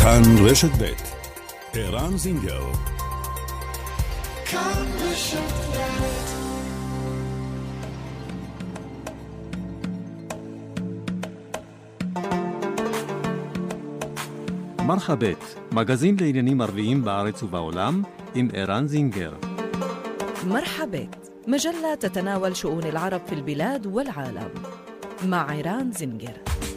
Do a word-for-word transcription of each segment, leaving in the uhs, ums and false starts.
כאן רשת ב' ערן זינגר. כאן רשת ב'. מרחבת, מגזין לעניינים ערביים בארץ ובעולם עם ערן זינגר. مرحبات، مجلة تتناول شؤون العرب في البلاد والعالم مع عران زنجر.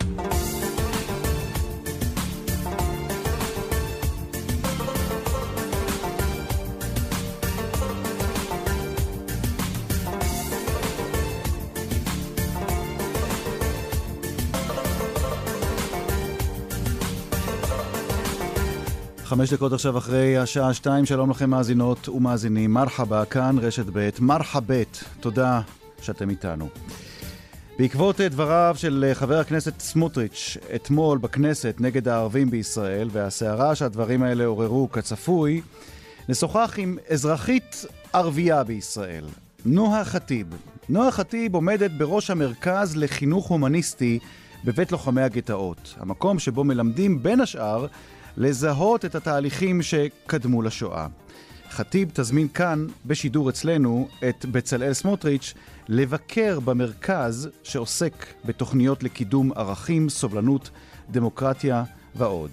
חמש דקות עכשיו אחרי השעה שתיים, שלום לכם מאזינות ומאזינים, מרחבה, כאן רשת ב', מרחבת, תודה שאתם איתנו. בעקבות דבריו של חבר הכנסת סמוטריץ' אתמול בכנסת נגד הערבים בישראל, והסערה שהדברים האלה עוררו כצפוי, נשוחח עם אזרחית ערבייה בישראל, נועה חטיב. נועה חטיב עומדת בראש המרכז לחינוך הומניסטי בבית לוחמי הגטאות, המקום שבו מלמדים בין השאר לזהות את התהליכים שקדמו לשואה. חטיב תזמין כאן בשידור אצלנו את בצלאל סמוטריץ' לבקר במרכז שעוסק בתוכניות לקידום ערכים, סובלנות, דמוקרטיה ועוד.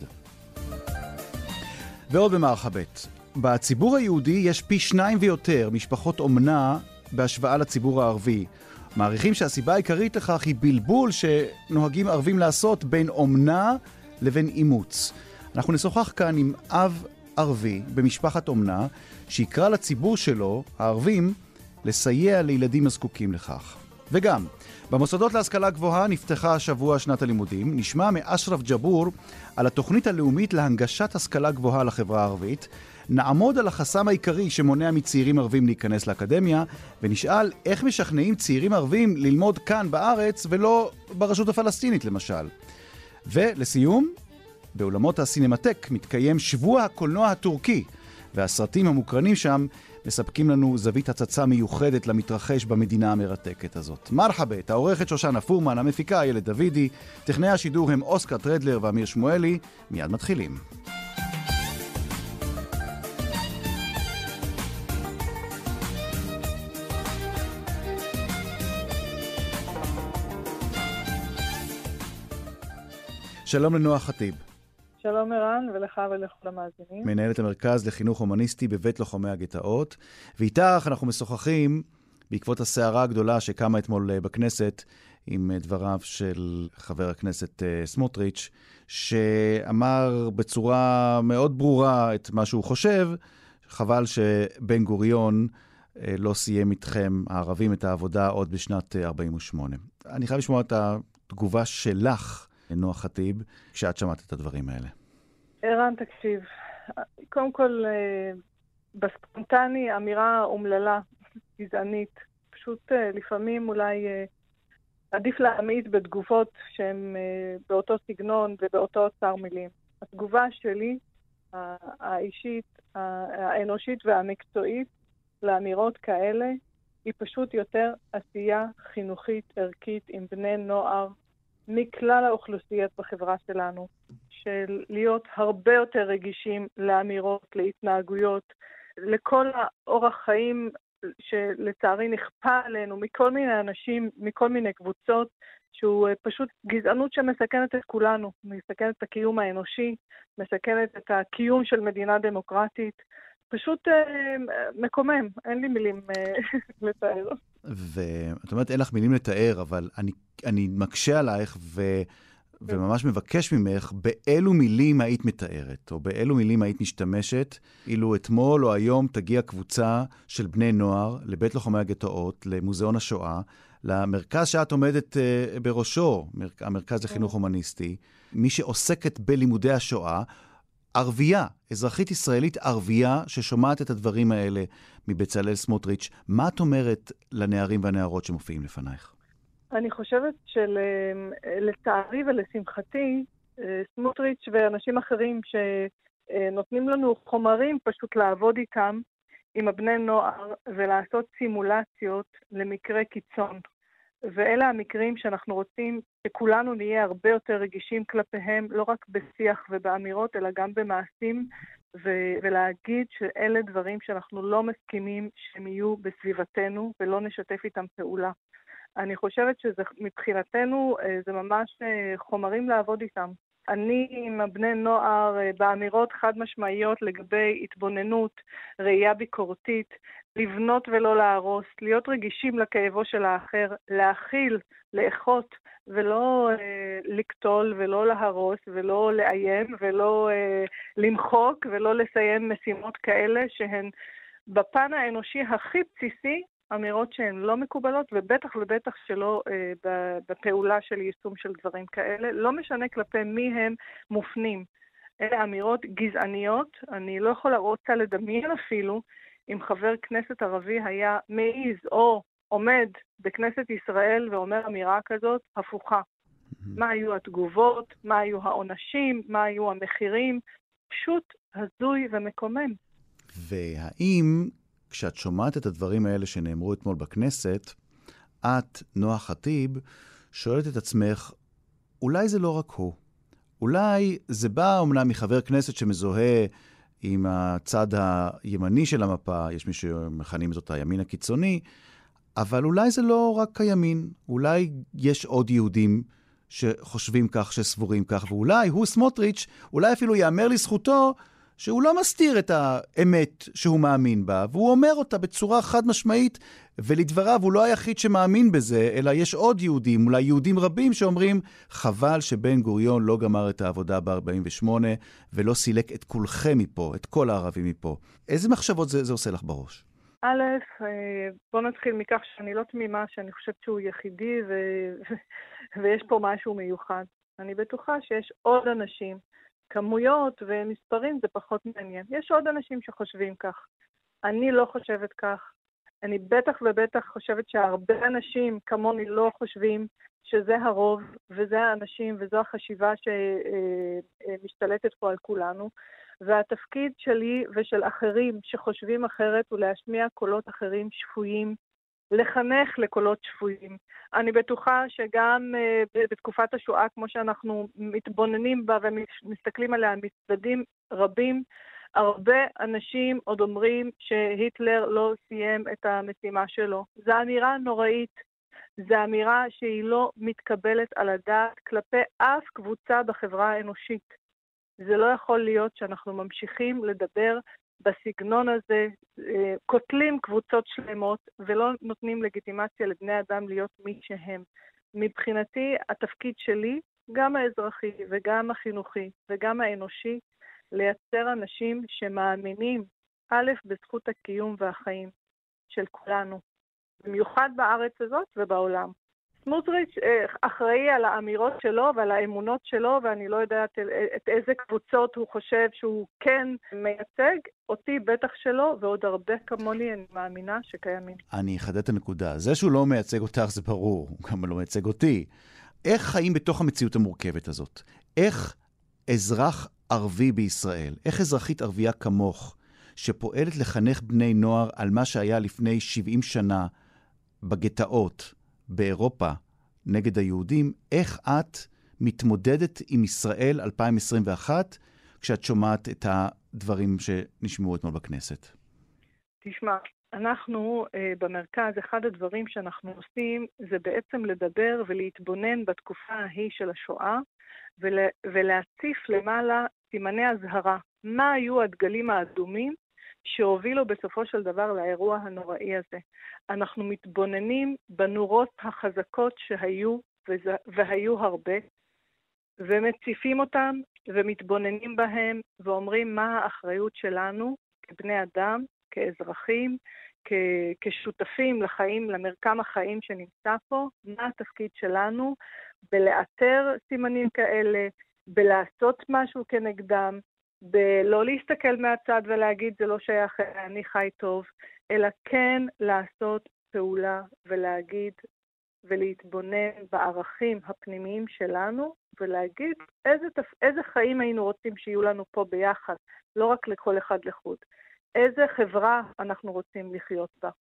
ועוד במרחבת. בציבור היהודי יש פי שניים ויותר משפחות אומנה בהשוואה לציבור הערבי. מעריכים שהסיבה העיקרית לכך היא בלבול שנוהגים ערבים לעשות בין אומנה לבין אימוץ. אנחנו נשוחח כאן עם אב ערבי במשפחת אומנה שיקרא לציבור שלו, הערבים, לסייע לילדים הזקוקים לכך. וגם, במוסדות להשכלה גבוהה נפתחה השבוע שנת הלימודים. נשמע מאשרף ג'בור על התוכנית הלאומית להנגשת השכלה גבוהה לחברה הערבית. נעמוד על החסם העיקרי שמונע מצעירים ערבים להיכנס לאקדמיה, ונשאל איך משכנעים צעירים ערבים ללמוד כאן בארץ ולא ברשות הפלסטינית למשל. ולסיום, באולמות הסינמטק מתקיים שבוע הקולנוע הטורקי, והסרטים המוקרנים שם מספקים לנו זווית הצצה מיוחדת למתרחש במדינה המרתקת הזאת. מרחבת, העורכת שושנה פורמן, המפיקה איילת דוידי, טכנאי השידור הם אוסקר טרדלר ואמיר שמואלי. מיד מתחילים. שלום לנועה חטיב. שלום ערן, ולך ולכל המאזינים. מנהלת המרכז לחינוך הומניסטי בבית לוחמי הגטאות, ואיתך אנחנו משוחחים בעקבות הסערה הגדולה שקמה אתמול בכנסת עם דבריו של חבר הכנסת סמוטריץ', שאמר בצורה מאוד ברורה את מה שהוא חושב. חבל שבן גוריון לא סיים איתכם הערבים את העבודה עוד בשנת ארבעים ושמונה. אני חייב לשמוע את התגובה שלך, נועה חטיב, כשאת שמעת את הדברים האלה. ערן, תקשיב. קודם כל, בספונטני, אמירה אומללה, גזענית. פשוט לפעמים אולי עדיף להעמיד בתגובות שהן באותו סגנון ובאותו אוצר מילים. התגובה שלי, האישית, האנושית והמקצועית, לאמירות כאלה, היא פשוט יותר עשייה חינוכית, ערכית, עם בני נוער, מכלל האוכלוסיות בחברה שלנו, של להיות הרבה יותר רגישים לאמירות, להתנהגויות, לכל האורח חיים שלצערי נכפה עלינו מכל מיני אנשים, מכל מיני קבוצות, שהוא פשוט גזענות שמסכנת את כולנו, מסכנת את הקיום האנושי, מסכנת את הקיום של מדינה דמוקרטית, פשוט אה, מקומם, אין לי מילים אה, לתאר. ואת אומרת, אין לך מילים לתאר, אבל אני, אני מקשה עלייך ו, וממש מבקש ממך, באילו מילים היית מתארת, או באילו מילים היית משתמשת, אילו אתמול או היום תגיע קבוצה של בני נוער לבית לוחמי הגטאות, למוזיאון השואה, למרכז שאת עומדת uh, בראשו, המרכז לחינוך הומניסטי, מי שעוסקת בלימודי השואה, ערבייה, אזרחית ישראלית ערבייה ששומעת את הדברים האלה מבצלאל סמוטריץ', מה את אומרת לנערים והנערות שמופיעים לפנייך? אני חושבת שלצערי ולשמחתי, סמוטריץ' ואנשים אחרים שנותנים לנו חומרים פשוט לעבוד איתם, עם הבני נוער, ולעשות סימולציות למקרה קיצון. ואלה המקרים שאנחנו רוצים שכולנו נהיה הרבה יותר רגישים כלפיהם, לא רק בשיח ובאמירות, אלא גם במעשים, ו- ולהגיד שאלה דברים שאנחנו לא מסכימים שהם יהיו בסביבתנו, ולא נשתף איתם פעולה. אני חושבת שמבחינתנו זה ממש חומרים לעבוד איתם. אני עם הבני נוער באמירות חד משמעיות לגבי התבוננות, ראייה ביקורתית, לבנות ולא להרוס, להיות רגישים לכאבו של האחר, להכיל, לאחות, ולא אה, לקטול ולא להרוס ולא לאיים ולא אה, למחוק ולא לסיים משימות כאלה שהן בפן האנושי הכי בסיסי, אמירות שהן לא מקובלות, ובטח ובטח שלא אה, בפעולה של יישום של דברים כאלה. לא משנה כלפי מי הם מופנים. אלה אמירות גזעניות. אני לא יכולה רוצה לדמיין אפילו אם חבר כנסת ערבי היה מעיז או עומד בכנסת ישראל ואומר אמירה כזאת הפוכה. מה היו התגובות, מה היו העונשים, מה היו המחירים. פשוט הזוי ומקומם. והאם כשאת שומעת את הדברים האלה שנאמרו אתמול בכנסת, את, נועה ח'טיב, שואלת את עצמך, אולי זה לא רק הוא. אולי זה בא אומנם מחבר כנסת שמזוהה עם הצד הימני של המפה, יש מי שמכנים זאת הימין הקיצוני, אבל אולי זה לא רק הימין. אולי יש עוד יהודים שחושבים כך, שסבורים כך, ואולי הוא סמוטריץ', אולי אפילו יאמר לזכותו, שהוא לא מסתיר את האמת שהוא מאמין בה, והוא אומר אותה בצורה חד משמעית, ולדבריו הוא לא היחיד שמאמין בזה, אלא יש עוד יהודים, אולי יהודים רבים שאומרים, חבל שבן גוריון לא גמר את העבודה ב-ארבעים ושמונה, ולא סילק את כולכם מפה, את כל הערבים מפה. איזה מחשבות זה, זה עושה לך בראש? א', בוא נתחיל מכך שאני לא תמימה, שאני חושבת שהוא יחידי, ו... ויש פה משהו מיוחד. אני בטוחה שיש עוד אנשים, כמויות ומספרים זה פחות מעניין. יש עוד אנשים שחושבים כך. אני לא חושבת כך. אני בטח ובטח חושבת שהרבה אנשים כמוני לא חושבים שזה הרוב, וזה האנשים, וזו החשיבה שמשתלטת פה על כולנו. והתפקיד שלי ושל אחרים שחושבים אחרת הוא להשמיע קולות אחרים שפויים, לחנך לקולות שפויים. אני בטוחה שגם uh, בתקופת השואה, כמו שאנחנו מתבוננים בה ומסתכלים עליה מצדדים רבים, הרבה אנשים עוד אומרים שהיטלר לא סיים את המשימה שלו. זו אמירה נוראית. זו אמירה שהיא לא מתקבלת על הדעת כלפי אף קבוצה בחברה האנושית. זה לא יכול להיות שאנחנו ממשיכים לדבר בסגנון הזה, קוטלים קבוצות שלמות ולא נותנים לגיטימציה לבני אדם להיות מי שהם. מבחינתי, התפקיד שלי, גם האזרחי וגם החינוכי וגם האנושי, לייצר אנשים שמאמינים, א', בזכות הקיום והחיים של כולנו, במיוחד בארץ הזאת ובעולם. סמוטריץ' אחראי על האמירות שלו ועל האמונות שלו, ואני לא יודעת את איזה קבוצות הוא חושב שהוא כן מייצג, אותי בטח שלו, ועוד הרבה כמוני אני מאמינה שקיימים. אני אחדד את הנקודה. זה שהוא לא מייצג אותך זה ברור, הוא גם לא מייצג אותי. איך חיים בתוך המציאות המורכבת הזאת? איך אזרח ערבי בישראל, איך אזרחית ערבייה כמוך, שפועלת לחנך בני נוער על מה שהיה לפני שבעים שנה בגטאות, באירופה נגד היהודים, איך את מתמודדת עם ישראל אלפיים עשרים ואחת כשאת שומעת את הדברים שנשמעו אתמול בכנסת? תשמע, אנחנו אה, במרכז, אחד הדברים שאנחנו עושים זה בעצם לדבר ולהתבונן בתקופה ההיא של השואה ולה, ולהציף למעלה סימני הזהרה. מה היו הדגלים האדומים שהובילו בסופו של דבר לאירוע הנוראי הזה. אנחנו מתבוננים בנורות החזקות שהיו, וזה, והיו הרבה, ומציפים אותם ומתבוננים בהם, ואומרים מה האחריות שלנו כבני אדם, כאזרחים, כ- כשותפים לחיים, למרקם החיים שנמצא פה, מה התפקיד שלנו בלאתר סימנים כאלה, בלעשות משהו כנגדם, בלא להסתכל מהצד ולהגיד זה לא שייך, אני חי טוב, אלא כן לעשות פעולה ולהגיד ולהתבונן בערכים הפנימיים שלנו, ולהגיד איזה, תפ... איזה חיים היינו רוצים שיהיו לנו פה ביחד, לא רק לכל אחד לחוד. איזה חברה אנחנו רוצים לחיות בה.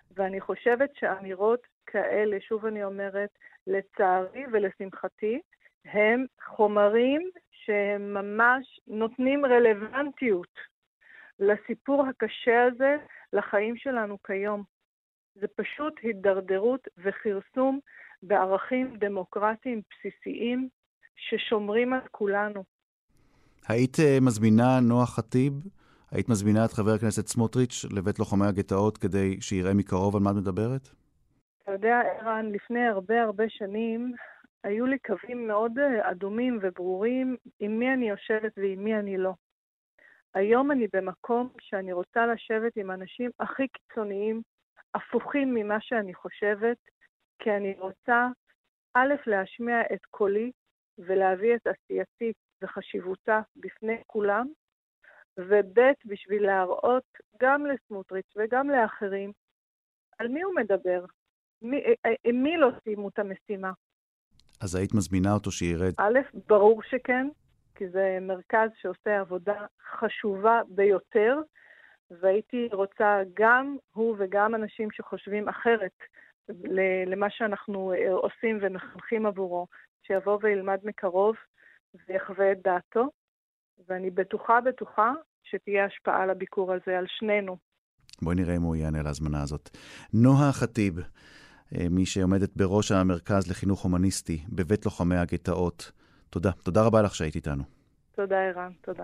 ואני חושבת שאמירות כאלה, שוב אני אומרת, לצערי ולשמחתי, הם חומרים שהם ממש נותנים רלוונטיות לסיפור הקשה הזה, לחיים שלנו כיום. זה פשוט הידרדרות וחרסום בערכים דמוקרטיים בסיסיים ששומרים על כולנו. היית מזמינה, נועה חטיב, היית מזמינה את חבר הכנסת סמוטריץ' לבית לוחמי הגטאות כדי שיראה מקרוב על מה את מדברת? אתה יודע, ערן, לפני הרבה הרבה שנים היו לי קווים מאוד אדומים וברורים עם מי אני יושבת ועם מי אני לא. היום אני במקום שאני רוצה לשבת עם אנשים הכי קיצוניים, הפוכים ממה שאני חושבת, כי אני רוצה א', להשמיע את קולי ולהביא את עשייתי וחשיבותה בפני כולם, וב', בשביל להראות גם לסמוטריץ' וגם לאחרים על מי הוא מדבר, מי, עם מי לא שימו את המשימה. אז היית מזמינה אותו שירד? א', ברור שכן, כי זה מרכז שעושה עבודה חשובה ביותר, והייתי רוצה גם הוא וגם אנשים שחושבים אחרת למה שאנחנו עושים ומחנכים עבורו, שיבוא וילמד מקרוב ויחווה את דעתו, ואני בטוחה בטוחה שתהיה השפעה על הביקור הזה, על שנינו. בואי נראה אם הוא יענה להזמנה הזאת. נועה חטיב, מי שעומדת בראש המרכז לחינוך הומניסטי בבית לוחמי הגטאות. תודה. תודה רבה לך שהיית איתנו. תודה ערן, תודה.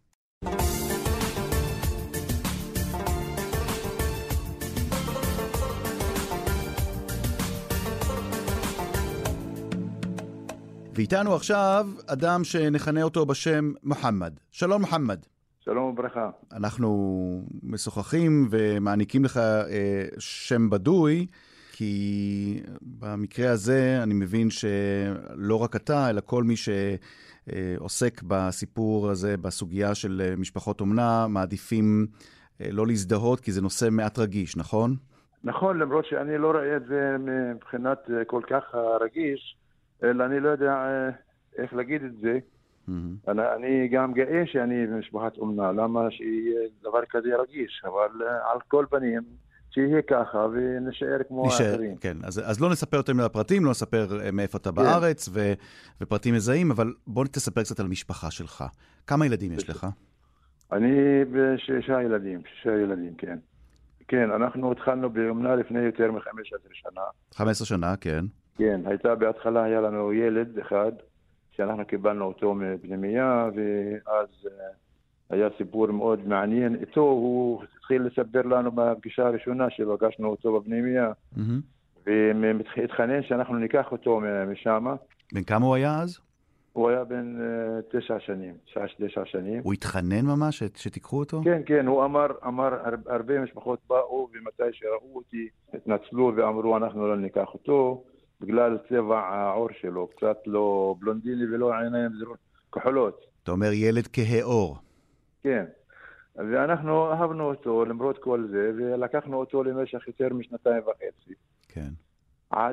ואיתנו עכשיו אדם שנכנה אותו בשם מוחמד. שלום מוחמד. שלום וברכה. אנחנו משוחחים ומעניקים לך אה, שם בדוי, כי במקרה הזה אני מבין שלא רק אתה, אלא כל מי שעוסק בסיפור הזה, בסוגיה של משפחות אומנה, מעדיפים לא להזדהות, כי זה נושא מעט רגיש, נכון? נכון, למרות שאני לא רואה את זה מבחינת כל כך רגיש, אלא אני לא יודע איך להגיד את זה. Mm-hmm. אני, אני גם גאה שאני במשפחת אומנה, למה שיהיה דבר כזה רגיש, אבל על כל פנים, שיהיה ככה ונשאר כמו נשאר, האחרים. כן, אז, אז לא נספר יותר מהפרטים, לא נספר מאיפה אתה כן. בארץ ו, ופרטים מזהים, אבל בוא תספר קצת על המשפחה שלך. כמה ילדים יש לך? אני בשישה ילדים, שישה ילדים, כן. כן, אנחנו התחלנו באומנה לפני יותר מ-חמש עשרה שנה. חמש עשרה שנה, כן. כן, הייתה בהתחלה, היה לנו ילד אחד, שאנחנו קיבלנו אותו מפנימייה, ואז היה סיפור מאוד מעניין איתו, הוא התחיל לספר לנו בפגישה הראשונה שבגשנו אותו בפנימייה, mm-hmm. והתחנן שאנחנו ניקח אותו משם. בן כמה הוא היה אז? הוא היה בן uh, תשע שנים, תשע, תשע שנים. הוא התחנן ממש שתיקחו אותו? כן, כן, הוא אמר, אמר, הרבה משפחות באו, ומתי שראו אותי, התנצלו ואמרו, אנחנו לא ניקח אותו, בגלל צבע העור שלו, קצת לא בלונדיני ולא עיניים כחולות. אתה אומר ילד כהה-עור. כן, ואנחנו אהבנו אותו למרות כל זה, ולקחנו אותו למשך יותר משנתיים וחצי. כן. עד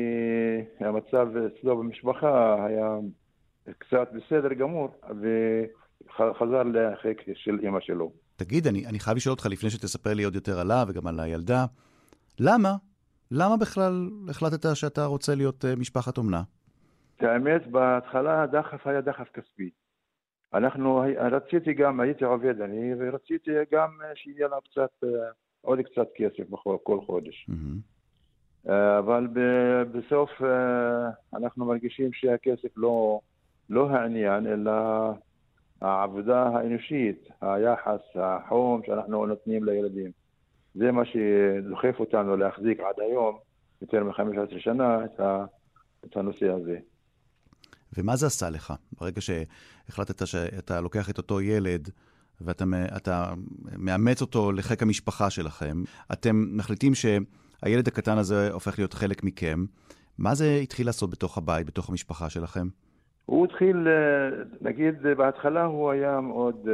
שהמצב אצלו במשפחה היה קצת בסדר גמור, וחזר לחיק של אמא שלו. תגיד, אני, אני חייב לשאול אותך לפני שתספר לי עוד יותר עליו וגם על הילדה, למה? למה בכלל החלטת שאתה רוצה להיות משפחת אומנה? האמת, בהתחלה הדחף היה דחף כספי. אנחנו, רציתי גם, הייתי עובד אני, ורציתי גם שיהיה לה קצת, עוד קצת כסף בכל, כל חודש. Mm-hmm. אבל בסוף אנחנו מרגישים שהכסף לא, לא העניין, אלא העבודה האנושית, היחס, החום שאנחנו נותנים לילדים. זה מה שדוחף אותנו להחזיק עד היום, יותר מ-חמש עשרה שנה, את, ה, את הנושא הזה. ומה זה עשה לך? ברגע שהחלטת שאתה לוקח את אותו ילד, ואתה אתה מאמץ אותו לחיק המשפחה שלכם, אתם מחליטים שהילד הקטן הזה הופך להיות חלק מכם, מה זה התחיל לעשות בתוך הבית, בתוך המשפחה שלכם? הוא התחיל, נגיד, בהתחלה הוא היה מאוד...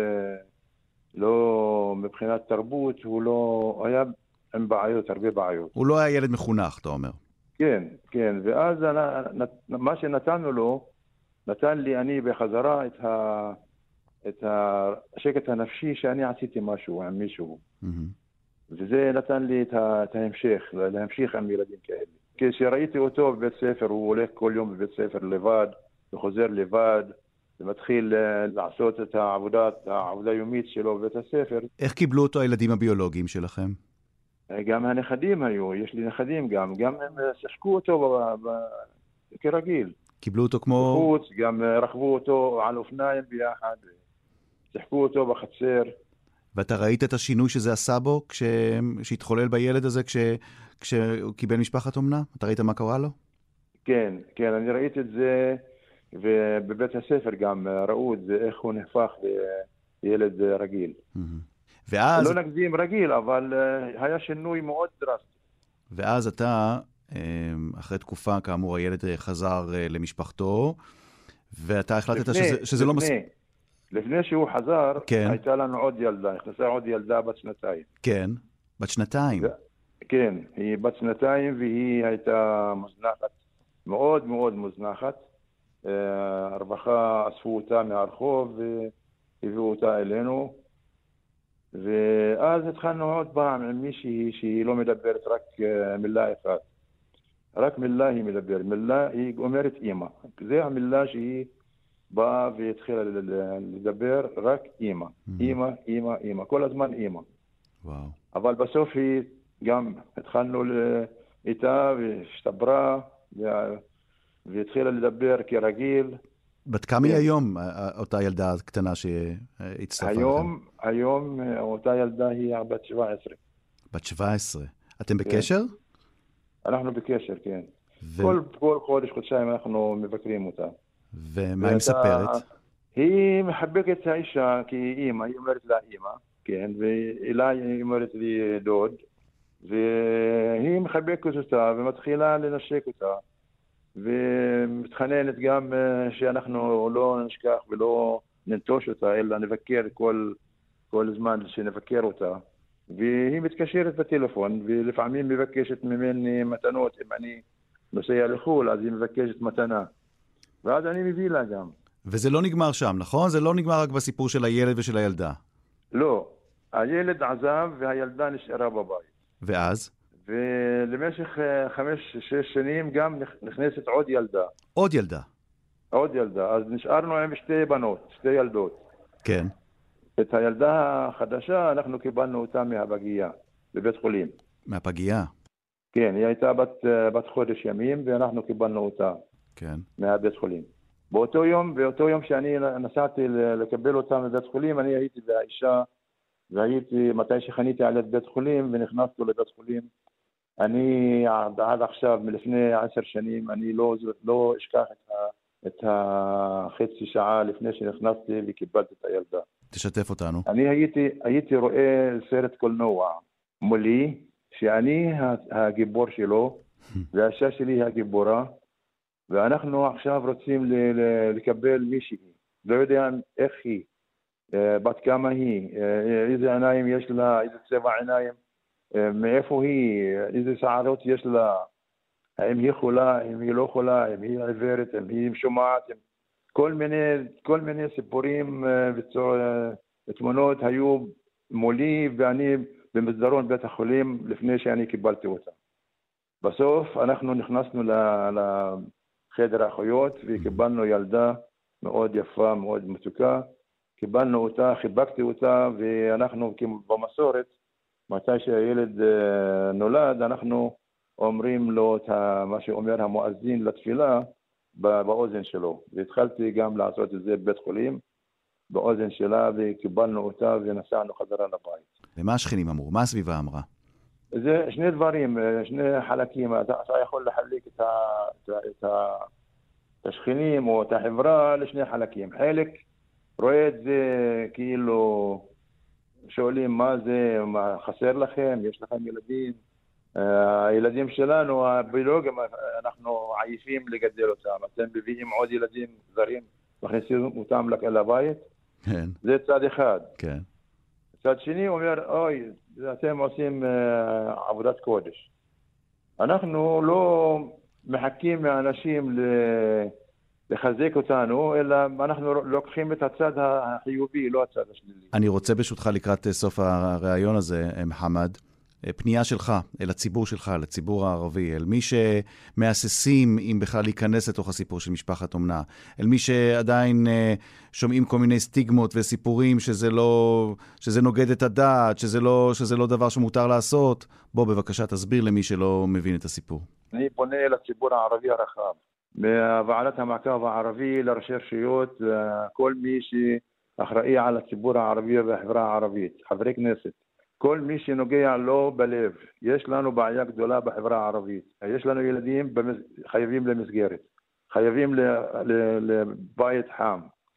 לא, מבחינת תרבות, הוא לא, היה עם בעיות, הרבה בעיות. הוא לא היה ילד מחונך, אתה אומר. כן, כן, ואז מה שנתנו לו, נתן לי אני בחזרה את, ה, את השקט הנפשי שאני עשיתי משהו עם מישהו. Mm-hmm. וזה נתן לי את, ה, את ההמשך, להמשיך עם ילדים כאלה. כשראיתי אותו בבית ספר, הוא הולך כל יום בבית ספר לבד, וחוזר לבד, ומתחיל לעשות את העבודה, העבודה היומית שלו בבית הספר. איך קיבלו אותו הילדים הביולוגיים שלכם? גם הנכדים היו, יש לי נכדים גם, גם הם שחקו אותו ב, ב, כרגיל. קיבלו אותו כמו... בחוץ, גם רכבו אותו על אופניים ביחד, שחקו אותו בחצר. ואתה ראית את השינוי שזה עשה בו, כש... שהתחולל בילד הזה כש... כשהוא קיבל משפחת אומנה? אתה ראית מה קרה לו? כן, כן, אני ראיתי את זה, ובבית הספר גם ראו את זה, איך הוא נהפך לילד רגיל. ואז... לא נגזים רגיל, אבל היה שינוי מאוד דרסטי. ואז אתה, אחרי תקופה, כאמור, הילד חזר למשפחתו, ואתה החלטת לפני, שזה, שזה לפני, לא מספיק. לפני שהוא חזר, כן. הייתה לנו עוד ילדה, נכנסה עוד ילדה בת שנתיים. כן, בת שנתיים. ו... כן, היא בת שנתיים והיא הייתה מוזנחת, מאוד מאוד מוזנחת. הרווחה אספו אותה מהרחוב והביאו אותה אלינו. ואז התחלנו עוד פעם עם מישהי שהיא לא מדברת רק מילה אחת. רק מילה היא מדברת, מילה היא אומרת אימא. זה המילה שהיא באה והתחילה לדבר, רק אימא. אימא, אימא, אימא. כל הזמן אימא. וואו. אבל בסוף היא גם התחלנו איתה והשתברה והתחילה לדבר כרגיל. בת כמה היא היום, אותה ילדה קטנה שהצטרפה לכם? היום, היום אותה ילדה היא בת שבע עשרה. בת שבע עשרה. אתם בקשר? אנחנו בקשר, כן. כל, כל חודש, חודשיים אנחנו מבקרים אותה. ומה היא מספרת? היא מחבקת את האישה כאימא, היא אומרת לה אימא, כן, ואליי היא אומרת לי דוד, והיא מחבקת אותה ומתחילה לנשק אותה, ומתחננת גם שאנחנו לא נשכח ולא ננטוש אותה, אלא נבקר כל, כל זמן שנבקר אותה. והיא מתקשרת בטלפון, ולפעמים מבקשת ממני מתנות. אם אני נוסע לחול, אז היא מבקשת מתנה. ואז אני מביא לה גם. וזה לא נגמר שם, נכון? זה לא נגמר רק בסיפור של הילד ושל הילדה. לא. הילד עזב והילדה נשארה בבית. ואז? ולמשך חמש, שש שנים גם נכנסת עוד ילדה. עוד ילדה? עוד ילדה. אז נשארנו עם שתי בנות, שתי ילדות. כן. את הילדה החדשה אנחנו קיבלנו אותה מהפגייה, בבית חולים. מהפגייה? כן, היא הייתה בת, בת חודש ימים, ואנחנו קיבלנו אותה. כן. מהבית חולים. באותו יום, באותו יום שאני נסעתי לקבל אותה מבית חולים, אני הייתי באישה, והייתי, מתי שחניתי על בית חולים, ונכנסתי לבית חולים. אני עד, עד עכשיו, מלפני עשר שנים, אני לא, לא אשכח את, ה, את החצי שעה לפני שנכנסתי וקיבלתי את הילדה. תשתף אותנו. אני הייתי, הייתי רואה סרט קולנוע מולי, שאני הגיבור שלו, והאישה שלי היא הגיבורה, ואנחנו עכשיו רוצים ל- ל- לקבל מישהי. לא יודע איך היא, בת כמה היא, איזה עיניים יש לה, איזה צבע עיניים, מאיפה היא, איזה שערות יש לה, האם היא חולה, האם היא לא חולה, האם היא עיוורת, האם היא שומעת, כל מיני, כל מיני סיפורים ותמונות היו מולי, ואני במסדרון בית החולים לפני שאני קיבלתי אותה. בסוף אנחנו נכנסנו לחדר האחיות וקיבלנו ילדה מאוד יפה, מאוד מתוקה. קיבלנו אותה, חיבקתי אותה, ואנחנו במסורת, מתי שהילד נולד, אנחנו אומרים לו את מה שאומר המואזין לתפילה באוזן שלו. והתחלתי גם לעשות את זה בבית חולים, באוזן שלה, וקיבלנו אותה ונסענו חזרה לבית. ומה השכנים אמרו? מה הסביבה אמרה? זה שני דברים, שני חלקים. אתה, אתה יכול לחלק את, ה, את, ה, את השכנים או את החברה לשני חלקים. חלק רואה את זה כאילו שואלים מה זה, מה חסר לכם, יש לכם ילדים. הילדים שלנו, הביולוגים, אנחנו עייפים לגדל אותם. אתם מביאים עוד ילדים זרים, מכניסים אותם לבית. כן. זה צד אחד. כן. צד שני אומר, אוי, אתם עושים uh, עבודת קודש. אנחנו לא מחכים מהאנשים לחזק אותנו, אלא אנחנו לוקחים את הצד החיובי, לא הצד השלילי. אני רוצה ברשותך לקראת סוף הרעיון הזה, מוחמד, פנייה שלך אל הציבור שלך, לציבור הערבי, אל מי שמאססים אם בכלל להיכנס לתוך הסיפור של משפחת אומנה, אל מי שעדיין שומעים כל מיני סטיגמות וסיפורים שזה לא, שזה נוגד את הדעת, שזה לא, שזה לא דבר שמותר לעשות. בוא בבקשה תסביר למי שלא מבין את הסיפור. אני פונה לציבור הערבי הרחב, מוועדת המעקב הערבי, לראשי רשויות, כל מי שאחראי על הציבור הערבי והחברה הערבית, חברי כנסת. כל מי שנוגע לו בלב. יש לנו בעיה גדולה בחברה הערבית. יש לנו ילדים במס... חייבים למסגרת. חייבים ל... ל... לבית חם.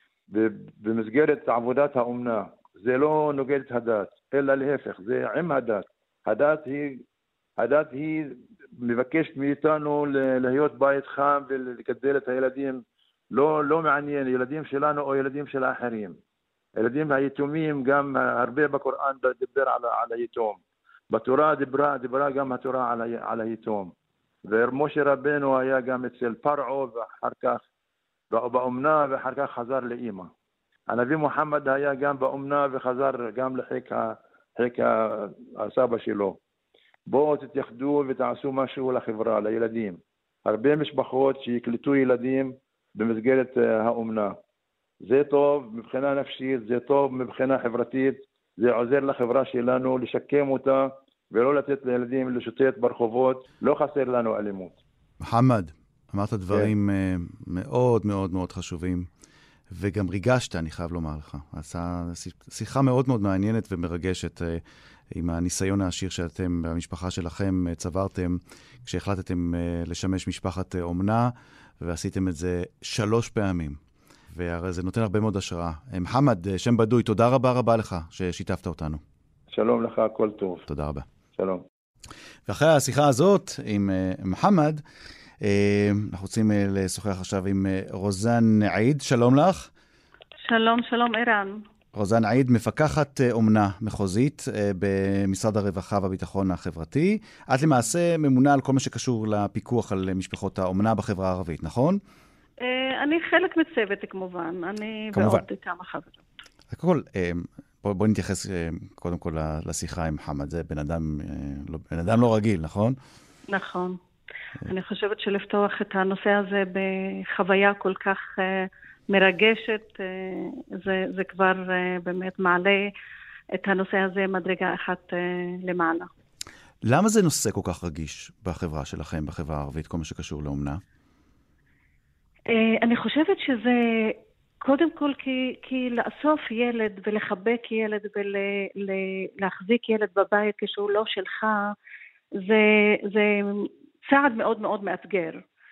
במסגרת עבודת האומנה. זה לא נוגד את הדת, אלא להפך, זה עם הדת. הדת היא, הדת היא מבקשת מאיתנו להיות בית חם ולגדל את הילדים. לא, לא מעניין, ילדים שלנו או ילדים של האחרים. ילדים היתומים, גם הרבה בקוראן דיבר על, על היתום. בתורה דיברה, דיברה גם התורה על, על היתום. ומשה רבנו היה גם אצל פרעו, ואחר כך באומנה, ואחר כך חזר לאמא. הנביא מוחמד היה גם באומנה, וחזר גם לחיק חיק הסבא שלו. בואו תתייחדו ותעשו משהו לחברה, לילדים. הרבה משפחות שיקלטו ילדים במסגרת האומנה. זה טוב מבחינה נפשית, זה טוב מבחינה חברתית, זה עוזר לחברה שלנו לשקם אותה ולא לתת לילדים לשוטט ברחובות, לא חסר לנו אלימות. מוחמד, אמרת דברים כן. מאוד מאוד מאוד חשובים, וגם ריגשת, אני חייב לומר לך. עשה שיחה מאוד מאוד מעניינת ומרגשת עם הניסיון העשיר שאתם במשפחה שלכם צברתם, כשהחלטתם לשמש משפחת אומנה, ועשיתם את זה שלוש פעמים. והרי זה נותן הרבה מאוד השראה. מוחמד, שם בדוי, תודה רבה רבה לך ששיתפת אותנו. שלום לך, הכל טוב. תודה רבה. שלום. ואחרי השיחה הזאת עם מוחמד, אנחנו רוצים לשוחח עכשיו עם רוזן עיד. שלום לך. שלום, שלום ערן. רוזן עיד, מפקחת אומנה מחוזית במשרד הרווחה והביטחון החברתי. את למעשה ממונה על כל מה שקשור לפיקוח על משפחות האומנה בחברה הערבית, נכון? אני חלק מצוות כמובן, אני ועוד כמה חברות. הכל, בוא נתייחס קודם כל לשיחה עם מוחמד, זה בן אדם, בן אדם לא רגיל, נכון? נכון. אני חושבת שלפתוח את הנושא הזה בחוויה כל כך מרגשת, זה, זה כבר באמת מעלה את הנושא הזה מדרגה אחת למעלה. למה זה נושא כל כך רגיש בחברה שלכם, בחברה הערבית, כל מה שקשור לאומנה? אני חושבת שזה קודם כל כי, כי לאסוף ילד ולחבק ילד ולהחזיק ילד בבית כשהוא לא שלך, זה, זה צעד מאוד מאוד מאתגר.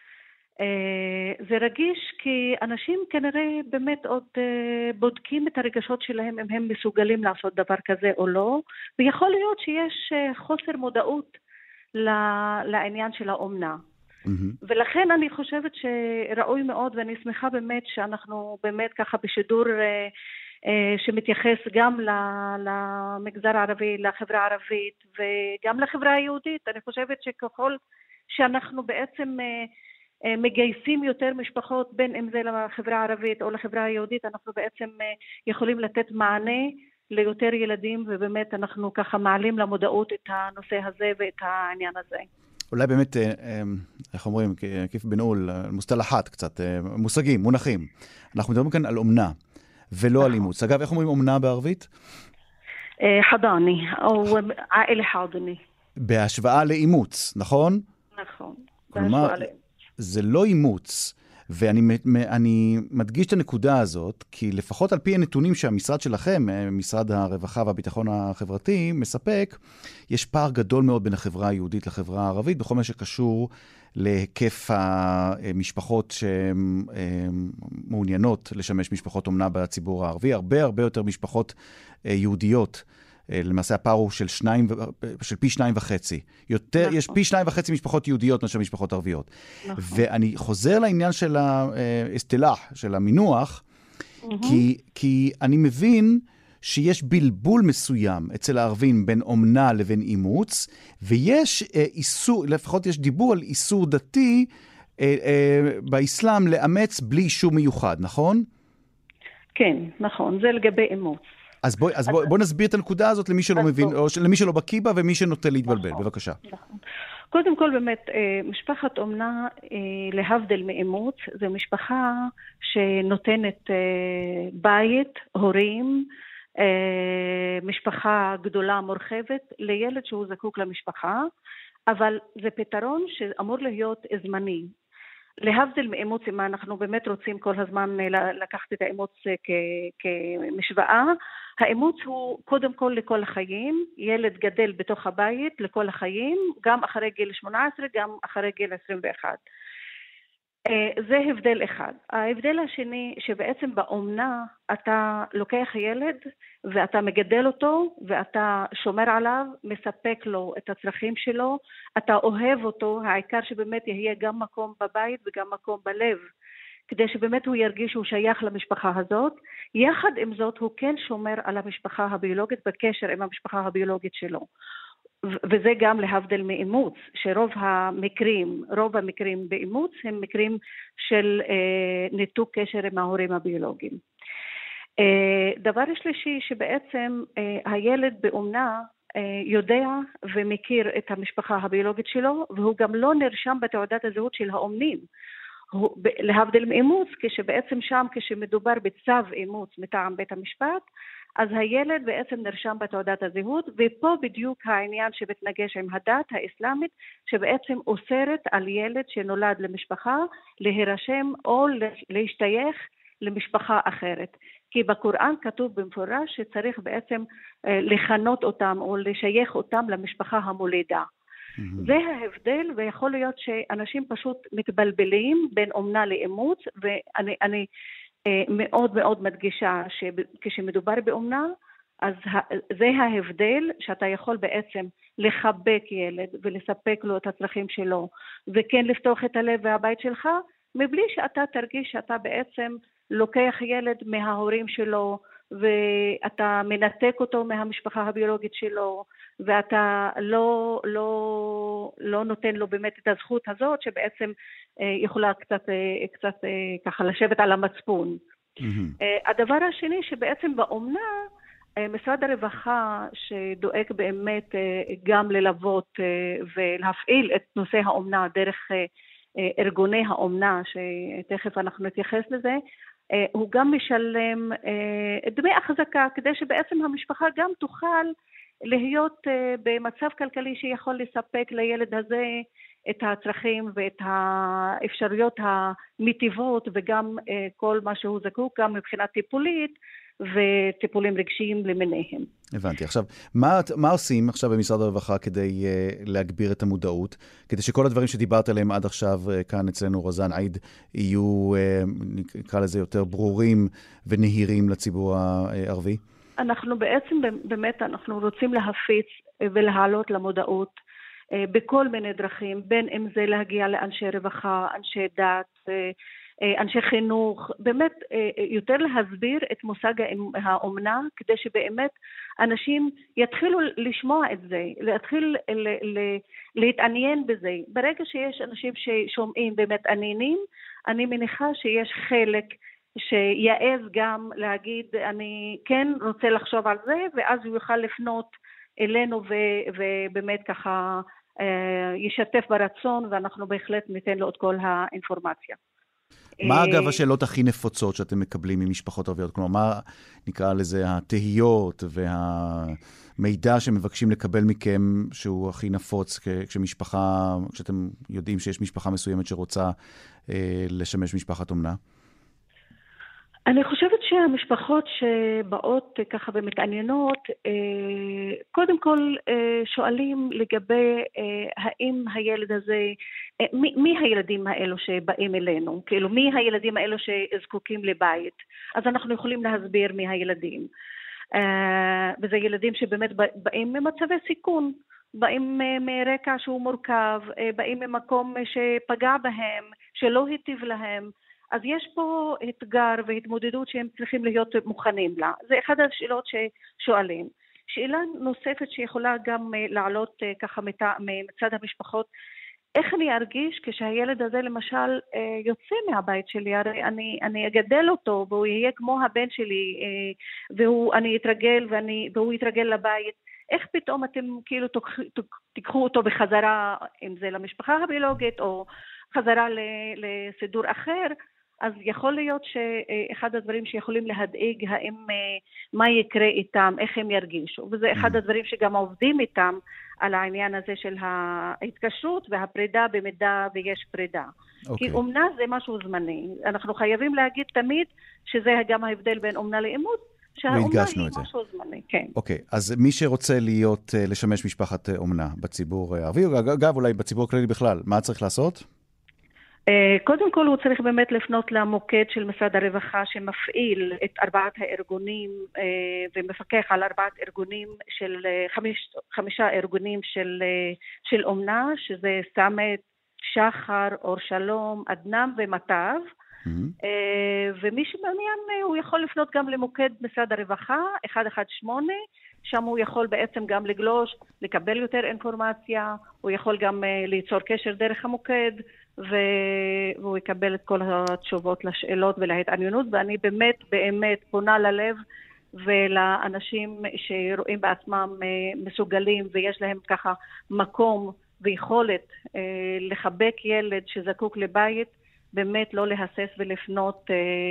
זה רגיש כי אנשים כנראה באמת עוד בודקים את הרגשות שלהם אם הם מסוגלים לעשות דבר כזה או לא, ויכול להיות שיש חוסר מודעות לעניין של האומנה. Mm-hmm. ולכן אני חושבת שראוי מאוד, ואני שמחה באמת שאנחנו באמת ככה בשידור אה, אה, שמתייחס גם למגזר הערבי, לחברה הערבית וגם לחברה היהודית. אני חושבת שככל שאנחנו בעצם אה, אה, מגייסים יותר משפחות, בין אם זה לחברה הערבית או לחברה היהודית, אנחנו בעצם אה, יכולים לתת מענה ליותר ילדים, ובאמת אנחנו ככה מעלים למודעות את הנושא הזה ואת העניין הזה. אולי באמת, איך אומרים, כיף בנעול, מוסתלחת קצת, מושגים, מונחים. אנחנו מדברים כאן על אומנה, ולא על אימוץ. אגב, איך אומרים אומנה בערבית? חדני, או עائلة חדני. בהשוואה לאימוץ, נכון? נכון. כלומר, זה לא אימוץ. ואני אני מדגיש את הנקודה הזאת, כי לפחות על פי הנתונים שהמשרד שלכם, משרד הרווחה והביטחון החברתי, מספק, יש פער גדול מאוד בין החברה היהודית לחברה הערבית, בכל מה שקשור להיקף המשפחות שמעוניינות לשמש משפחות אומנה בציבור הערבי, הרבה הרבה יותר משפחות יהודיות, למעשה הפער הוא של, שניים, של פי שניים וחצי. יותר, נכון. יש פי שניים וחצי משפחות יהודיות מאשר משפחות ערביות. נכון. ואני חוזר לעניין של האסטילח, של המינוח, mm-hmm. כי, כי אני מבין שיש בלבול מסוים אצל הערבים בין אומנה לבין אימוץ, ויש אה, איסור, לפחות יש דיבור על איסור דתי אה, אה, באסלאם לאמץ בלי אישור מיוחד, נכון? כן, נכון. זה לגבי אימוץ. אז בוא, אז בוא, בוא נסביר את הנקודה הזאת למי שלא מבין, או למי שלא בקיא בה ומי שנוטה להתבלבל. נכון, בבקשה. נכון. קודם כל באמת, משפחת אומנה, להבדל מאימוץ, זו משפחה שנותנת בית, הורים, משפחה גדולה מורחבת לילד שהוא זקוק למשפחה, אבל זה פתרון שאמור להיות זמני. להבדיל מאימוץ, אם אנחנו באמת רוצים כל הזמן לקחת את האימוץ כמשוואה, האימוץ הוא קודם כל לכל החיים, ילד גדל בתוך הבית לכל החיים, גם אחרי גיל שמונה עשרה, גם אחרי גיל עשרים ואחת. זה הבדל אחד. ההבדל השני, שבעצם באומנה אתה לוקח ילד ואתה מגדל אותו ואתה שומר עליו, מספק לו את הצרכים שלו, אתה אוהב אותו, העיקר שבאמת יהיה גם מקום בבית וגם מקום בלב, כדי שבאמת הוא ירגיש שהוא שייך למשפחה הזאת. יחד עם זאת הוא כן שומר על המשפחה הביולוגית בקשר עם המשפחה הביולוגית שלו. וזה גם להבדל מאימוץ, שרוב המקרים, רוב המקרים באימוץ הם מקרים של אה, ניתוק קשר עם ההורים הביולוגיים. אה, דבר שלישי, שבעצם אה, הילד באומנה אה, יודע ומכיר את המשפחה הביולוגית שלו, והוא גם לא נרשם בתעודת הזהות של האומנים. הוא, להבדל מאימוץ, כשבעצם שם, כשמדובר בצו אימוץ מטעם בית המשפט, אז הילד בעצם נרשם בתעודת הזהות, ופה בדיוק העניין שמתנגש עם הדת האסלאמית, שבעצם אוסרת על ילד שנולד למשפחה להירשם או להשתייך למשפחה אחרת. כי בקוראן כתוב במפורש שצריך בעצם לכנות אותם או לשייך אותם למשפחה המולידה. Mm-hmm. זה ההבדל, ויכול להיות שאנשים פשוט מתבלבלים בין אומנה לאימוץ, ואני אני מאוד מאוד מדגישה שכשמדובר באומנה, אז זה ההבדל שאתה יכול בעצם לחבק ילד ולספק לו את הצרכים שלו, וכן לפתוח את הלב והבית שלך, מבלי שאתה תרגיש שאתה בעצם לוקח ילד מההורים שלו, ואתה מנתק אותו מהמשפחה הביולוגית שלו, ואתה לא, לא, לא נותן לו באמת את הזכות הזאת, שבעצם יכולה קצת, קצת ככה לשבת על המצפון. Mm-hmm. הדבר השני שבעצם באומנה, משרד הרווחה שדואג באמת גם ללוות ולהפעיל את נושא האומנה דרך ארגוני האומנה, שתכף אנחנו נתייחס לזה, הוא גם משלם דמי החזקה, כדי שבעצם המשפחה גם תוכל להיות במצב כלכלי שיכול לספק לילד הזה את הצרכים ואת האפשרויות המטיבות, וגם כל מה שהוא זקוק, גם מבחינה טיפולית וטיפולים רגשיים למיניהם. הבנתי. עכשיו, מה, מה עושים עכשיו במשרד הרווחה כדי uh, להגביר את המודעות? כדי שכל הדברים שדיברת עליהם עד עכשיו uh, כאן אצלנו, רוזן עיד, יהיו, uh, נקרא לזה, יותר ברורים ונהירים לציבור הערבי? אנחנו בעצם, באמת, אנחנו רוצים להפיץ ולהעלות למודעות uh, בכל מיני דרכים, בין אם זה להגיע לאנשי רווחה, אנשי דת, uh, אנשי חינוך, באמת יותר להסביר את מושג האומנה, כדי שבאמת אנשים יתחילו לשמוע את זה, להתחיל להתעניין בזה. ברגע שיש אנשים ששומעים באמת עניינים, אני מניחה שיש חלק שיעז גם להגיד, אני כן רוצה לחשוב על זה, ואז הוא יוכל לפנות אלינו ובאמת ככה ישתף ברצון, ואנחנו בהחלט ניתן לו את כל האינפורמציה. מה אגב השאלות הכי נפוצות שאתם מקבלים ממשפחות ערביות? כלומר, מה נקרא לזה התהיות והמידע שמבקשים לקבל מכם שהוא הכי נפוץ כשמשפחה, כשאתם יודעים שיש משפחה מסוימת שרוצה אה, לשמש משפחת אומנה? אני חושבת שהמשפחות שבאות ככה ומתעניינות, קודם כל שואלים לגבי האם הילד הזה, מי, מי הילדים האלו שבאים אלינו, כאילו מי הילדים האלו שזקוקים לבית, אז אנחנו יכולים להסביר מי הילדים, וזה ילדים שבאמת באים ממצבי סיכון, באים מרקע שהוא מורכב, באים ממקום שפגע בהם, שלא היטיב להם, אז יש פה אתגר והתמודדות שהם צריכים להיות מוכנים לה. זה אחד השאלות ששואלים. שאלה נוספת שיכולה גם לעלות ככה מצד המשפחות, איך אני ארגיש כשהילד הזה למשל יוצא מהבית שלי? הרי אני, אני אגדל אותו והוא יהיה כמו הבן שלי, ואני אתרגל ואני, והוא יתרגל לבית. איך פתאום אתם כאילו תיקחו אותו בחזרה, אם זה למשפחה הביולוגית או חזרה לסידור אחר? אז יכול להיות שאחד הדברים שיכולים להדאיג, האם מה יקרה איתם, איך הם ירגישו. וזה אחד הדברים שגם עובדים איתם על העניין הזה של ההתקשרות והפרידה במידה ויש פרידה. Okay. כי אומנה זה משהו זמני. אנחנו חייבים להגיד תמיד שזה גם ההבדל בין אומנה לאימוץ, שהאומנה היא משהו זמני. כן. אוקיי, אז מי שרוצה להיות, לשמש משפחת אומנה בציבור הערבי, אגב, אולי בציבור הכללי בכלל, מה צריך לעשות? קודם כל הוא צריך באמת לפנות למוקד של משרד הרווחה שמפעיל את ארבעת הארגונים ומפקח על ארבעת ארגונים של חמיש, חמישה ארגונים של, של אומנה, שזה סמת, שחר, אור שלום, אדנם ומטב. Mm-hmm. ומי שמעניין הוא יכול לפנות גם למוקד משרד הרווחה אחת אחת שמונה, שם הוא יכול בעצם גם לגלוש, לקבל יותר אינפורמציה, הוא יכול גם ליצור קשר דרך המוקד, והוא יקבל את כל התשובות לשאלות ולהתעניינות. ואני באמת באמת פונה ללב ולאנשים שרואים בעצמם מסוגלים ויש להם ככה מקום ויכולת לחבק ילד שזקוק לבית, באמת לא להסס ולפנות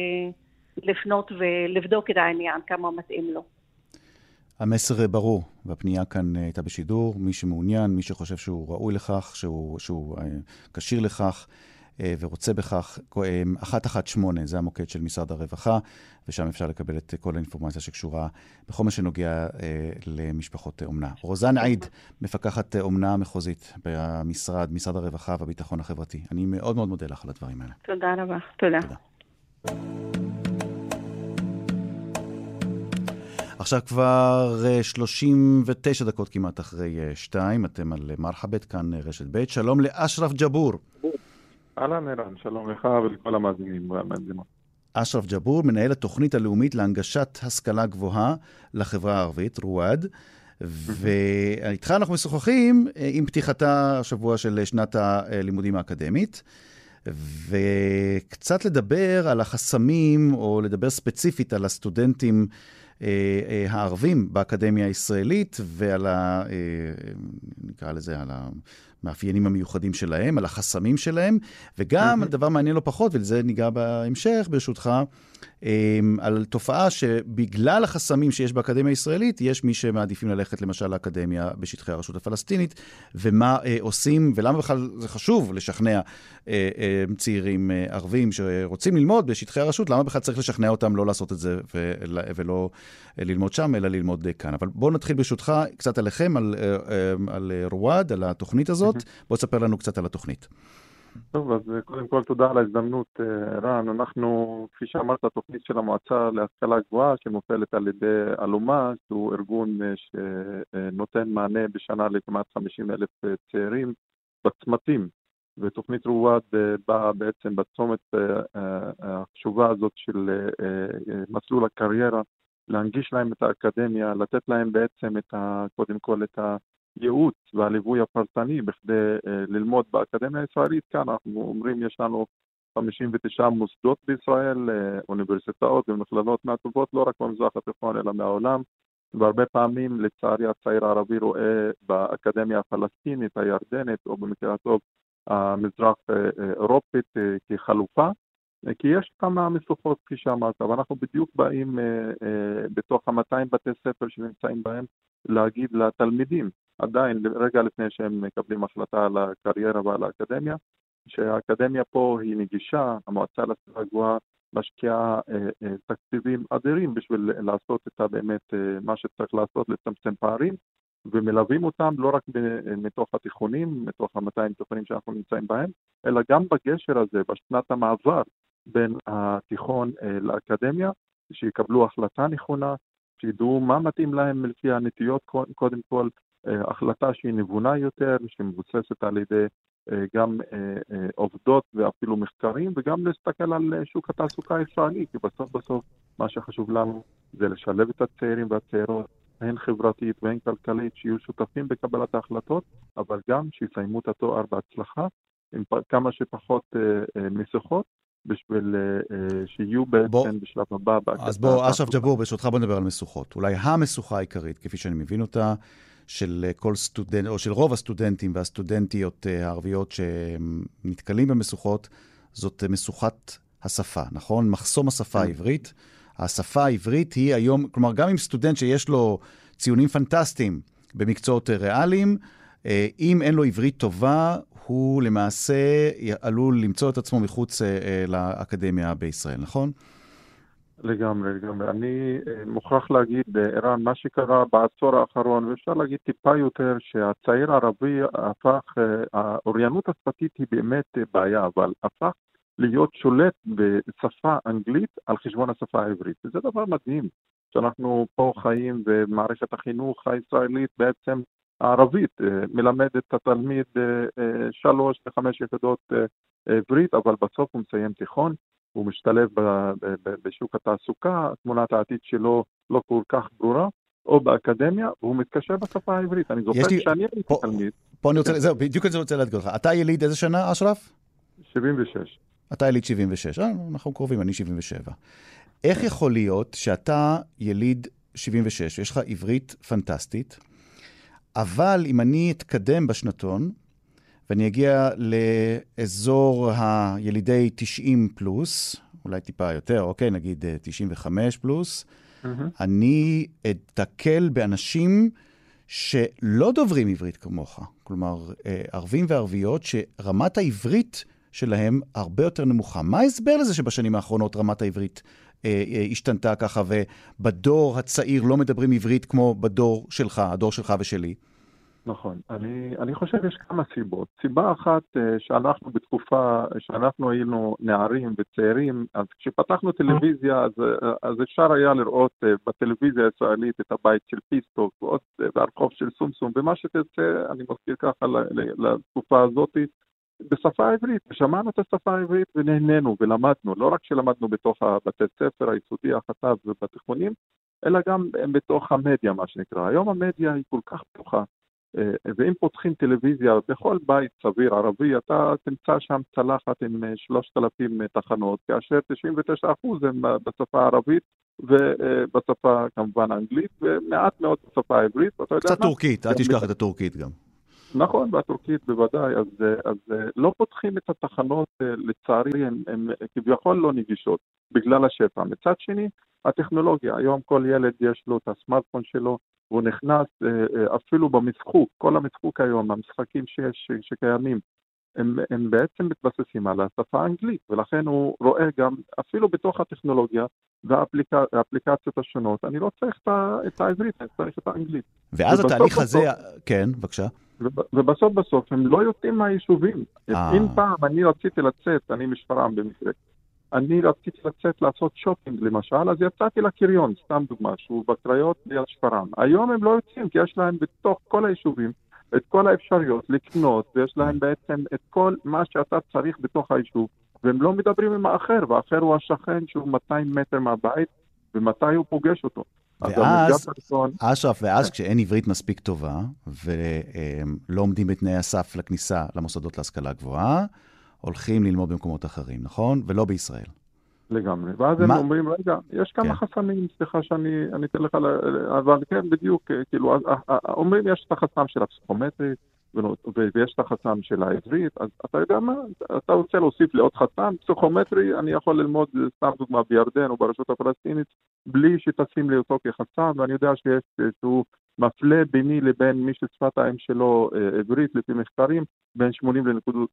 לפנות ולבדוק את העניין כמה מתאים לו. המסר ברור, והפנייה כאן הייתה בשידור. מי שמעוניין, מי שחושב שהוא ראוי לכך, שהוא, שהוא קשיר לכך ורוצה בכך, אחת אחת שמונה זה המוקד של משרד הרווחה, ושם אפשר לקבל את כל האינפורמציה שקשורה בכל מה שנוגע למשפחות אומנה. רוזן עיד, מפקחת אומנה מחוזית במשרד, משרד הרווחה והביטחון החברתי. אני מאוד מאוד מודה לך על הדברים האלה. תודה רבה. תודה. תודה. עכשיו כבר שלושים ותשע דקות כמעט אחרי שתיים, אתם על מרחבת, כאן רשת בית. שלום לאשרף ג'בור. אהלן ערן, שלום לך ולכל המאזינים והמאזינות. אשרף ג'בור, מנהל התוכנית הלאומית להנגשת השכלה גבוהה לחברה הערבית, רוואד. ואיתך אנחנו משוחחים עם פתיחתה השבוע של שנת הלימודים האקדמית, וקצת לדבר על החסמים, או לדבר ספציפית על הסטודנטים הערבים באקדמיה הישראלית, ועל ה, נקרא לזה, על המאפיינים המיוחדים שלהם, על החסמים שלהם, וגם על דבר מעניין לא פחות, ולזה ניגע בהמשך ברשותך, על תופעה שבגלל החסמים שיש באקדמיה הישראלית, יש מי שמעדיפים ללכת למשל לאקדמיה בשטחי הרשות הפלסטינית, ומה עושים, ולמה בכלל זה חשוב לשכנע צעירים ערבים שרוצים ללמוד בשטחי הרשות, למה בכלל צריך לשכנע אותם לא לעשות את זה ולא ללמוד שם, אלא ללמוד כאן. אבל בואו נתחיל ברשותך קצת עליכם, על, על רוואד, על התוכנית הזאת. בואו תספר לנו קצת על התוכנית. טוב, אז קודם כל תודה על ההזדמנות, רן. אנחנו, כפי שאמרת, התוכנית של המועצה להשכלה גבוהה, שמופעלת על ידי אלומה, שהוא ארגון שנותן מענה בשנה לכמעט חמישים אלף צעירים בצמתים. ותוכנית רוואד באה בעצם בצומת החשובה הזאת של מסלול הקריירה, להנגיש להם את האקדמיה, לתת להם בעצם את ה, קודם כל את הייעוץ והליווי הפרטני בכדי ללמוד באקדמיה הישראלית. כאן אנחנו אומרים יש לנו חמישים ותשעה מוסדות בישראל, אוניברסיטאות ומכללות מהטובות, לא רק במזרח התיכון אלא מהעולם, והרבה פעמים לצערי הצעיר הערבי רואה באקדמיה הפלסטינית, הירדנית, או במקרה הטוב המזרח אירופית כחלופה, כי יש כמה משוכות כפי שאמרת, ואנחנו בדיוק באים בתוך ה-מאתיים בתי ספר שנמצאים בהם להגיד לתלמידים, עדיין רגע לפני שהם מקבלים החלטה על הקריירה ועל האקדמיה, שהאקדמיה פה היא נגישה, המועצה להשכלה גבוהה משקיעה תקציבים אדירים בשביל לעשות את באמת מה שצריך לעשות, לצמצם פערים, ומלווים אותם לא רק מתוך התיכונים, מתוך ה-מאתיים תיכונים שאנחנו נמצאים בהם, אלא גם בגשר הזה, בשנת המעבר בין התיכון לאקדמיה, שיקבלו החלטה נכונה, שידעו מה מתאים להם לפי הנטיות, קודם כל החלטה שהיא נבונה יותר, שמבוססת על ידי גם עובדות ואפילו מחקרים, וגם להסתכל על שוק התעסוקה הישראלי, כי בסוף בסוף מה שחשוב לנו זה לשלב את הצעירים והצעירות הן חברתית והן כלכלית, שיהיו שותפים בקבלת ההחלטות, אבל גם שיסיימו את התואר בהצלחה, עם כמה שפחות אה, אה, משוכות, בשביל אה, שיהיו בעצם בוא, בשלב הבא. אז בוא, אשרף ג'אבור, ברשותך בוא נדבר על משוכות. אולי המשוכה העיקרית, כפי שאני מבין אותה, של כל סטודנט, או של רוב הסטודנטים והסטודנטיות הערביות שנתקלים במשוכות, זאת משוכת השפה, נכון? מחסום השפה העברית. השפה העברית היא היום, כלומר, גם עם סטודנט שיש לו ציונים פנטסטיים במקצועות ריאליים, אם אין לו עברית טובה, הוא למעשה עלול למצוא את עצמו מחוץ לאקדמיה בישראל, נכון? לגמרי, לגמרי. אני מוכרח להגיד, ערן, מה שקרה בעשור האחרון, ואפשר להגיד טיפה יותר, שהצעיר הערבי הפך, האוריינות השפתית היא באמת בעיה, אבל הפך להיות שולט בשפה אנגלית על חשבון השפה העברית. וזה דבר מדהים, שאנחנו פה חיים במערכת החינוך הישראלית בעצם הערבית, מלמדת את התלמיד שלוש וחמש יחידות עברית, אבל בסוף הוא מסיים תיכון, הוא משתלב בשוק התעסוקה, תמונת העתיד שלו לא כל כך ברורה, או באקדמיה, והוא מתקשר בשפה העברית. אני זוכר שאני הייתי תלמיד. פה אני רוצה, זהו, בדיוק אני רוצה להדגיר אותך. אתה יליד איזה שנה, אשרף? שבעים ושש. אתה יליד שבעים ושש, אה, אנחנו קרובים, אני שבעים ושבע. איך יכול להיות שאתה יליד שבעים ושש, ויש לך עברית פנטסטית, אבל אם אני אתקדם בשנתון, ואני אגיע לאזור הילידי תשעים פלוס, אולי טיפה יותר, אוקיי, נגיד תשעים וחמש פלוס, mm-hmm. אני אתקל באנשים שלא דוברים עברית כמוך. כלומר, ערבים וערביות שרמת העברית שלהם הרבה יותר נמוכה. מה ההסבר לזה שבשנים האחרונות רמת העברית אה, אה, השתנתה ככה, ובדור הצעיר לא מדברים עברית כמו בדור שלך, הדור שלך ושלי? נכון. אני, אני חושב יש כמה סיבות. סיבה אחת, שאנחנו בתקופה, שאנחנו היינו נערים וצעירים, אז כשפתחנו טלוויזיה, אז, אז אפשר היה לראות בטלוויזיה הישראלית את הבית של פיסטוק, והרחוב של סומסום, ומה שתרצה, אני מזכיר ככה לתקופה הזאת, בשפה העברית. שמענו את השפה העברית ונהנינו ולמדנו, לא רק שלמדנו בתוך בתי ספר היסודי, החטב ובתיכונים, אלא גם בתוך המדיה, מה שנקרא. היום המדיה היא כל כך פתוחה, ואם פותחים טלוויזיה בכל בית סביר ערבי, אתה תמצא שם צלחת עם שלושת אלפים תחנות, כאשר תשעים ותשעה אחוז הם בשפה הערבית, ובשפה כמובן האנגלית, ומעט מאוד בשפה העברית. קצת טורקית, אל תשכח את הטורקית גם. נכון, והטורקית בוודאי, אז, אז לא פותחים את התחנות, לצערי, הן, הן כביכול לא נגישות, בגלל השפע. מצד שני, הטכנולוגיה, היום כל ילד יש לו את הסמארטפון שלו, והוא נכנס אפילו במשחוק, כל המשחוק היום, המשחקים שיש, שקיימים, הם, הם בעצם מתבססים על השפה האנגלית, ולכן הוא רואה גם, אפילו בתוך הטכנולוגיה והאפליקציות השונות, אני לא צריך את העברית, אני צריך את האנגלית. ואז התהליך הזה, כן, בבקשה. ובסוף בסוף הם לא יוצאים מהיישובים. אם פעם אני רציתי לצאת, אני משפרעם במקרה, אני רציתי לצאת לעשות שופינג למשל, אז יצאתי לקריון, סתם דוגמה, שהוא בקריות ליד שפרעם. היום הם לא יוצאים, כי יש להם בתוך כל היישובים את כל האפשריות לקנות, ויש להם בעצם את כל מה שאתה צריך בתוך היישוב, והם לא מדברים עם האחר, והאחר הוא השכן שהוא מאתיים מטר מהבית, ומתי הוא פוגש אותו. ואז, אשרף, ואז כשאין עברית מספיק טובה, ולא עומדים בתנאי הסף לכניסה למוסדות להשכלה גבוהה, הולכים ללמוד במקומות אחרים, נכון? ולא בישראל. לגמרי. ואז הם אומרים, רגע, יש כמה חסמים, סליחה שאני אתן לך, אבל כן, בדיוק, כאילו, אומרים, יש את החסם של הפסיכומטרית, ויש את החסם של העברית, אז אתה יודע מה? אתה רוצה להוסיף לעוד חסם פסיכומטרי, אני יכול ללמוד, סתם דוגמה, בירדן או ברשות הפלסטינית, בלי שתשים לי אותו כחסם, ואני יודע שיש איזשהו מפלה ביני לבין מי ששפת האם שלו עברית, לפי מחקרים, בין שמונים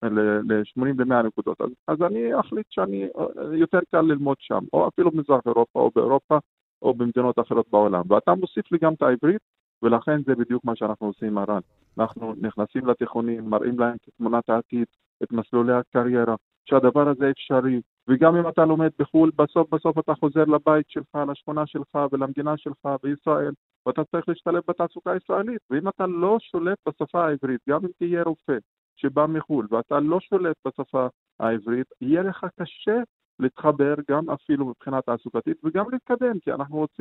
למאה נקודות. אז, אז אני אחליט שאני יותר קל ללמוד שם, או אפילו במזרח אירופה, או באירופה, או במדינות אחרות בעולם. ואתה מוסיף לי גם את העברית, ולכן זה בדיוק מה שאנחנו עושים, הרן. אנחנו נכנסים לתיכונים, מראים להם את תמונת העתיד, את מסלולי הקריירה, שהדבר הזה אפשרי, וגם אם אתה לומד בחול, בסוף בסוף אתה חוזר לבית שלך, לשכונה שלך ולמדינה שלך בישראל, ואתה צריך להשתלב בתעסוקה הישראלית, ואם אתה לא שולט בשפה העברית, גם אם תהיה רופא שבא מחול, ואתה לא שולט בשפה העברית, יהיה לך קשה להתחבר גם אפילו מבחינה תעסוקתית, וגם להתקדם, כי אנחנו רוצים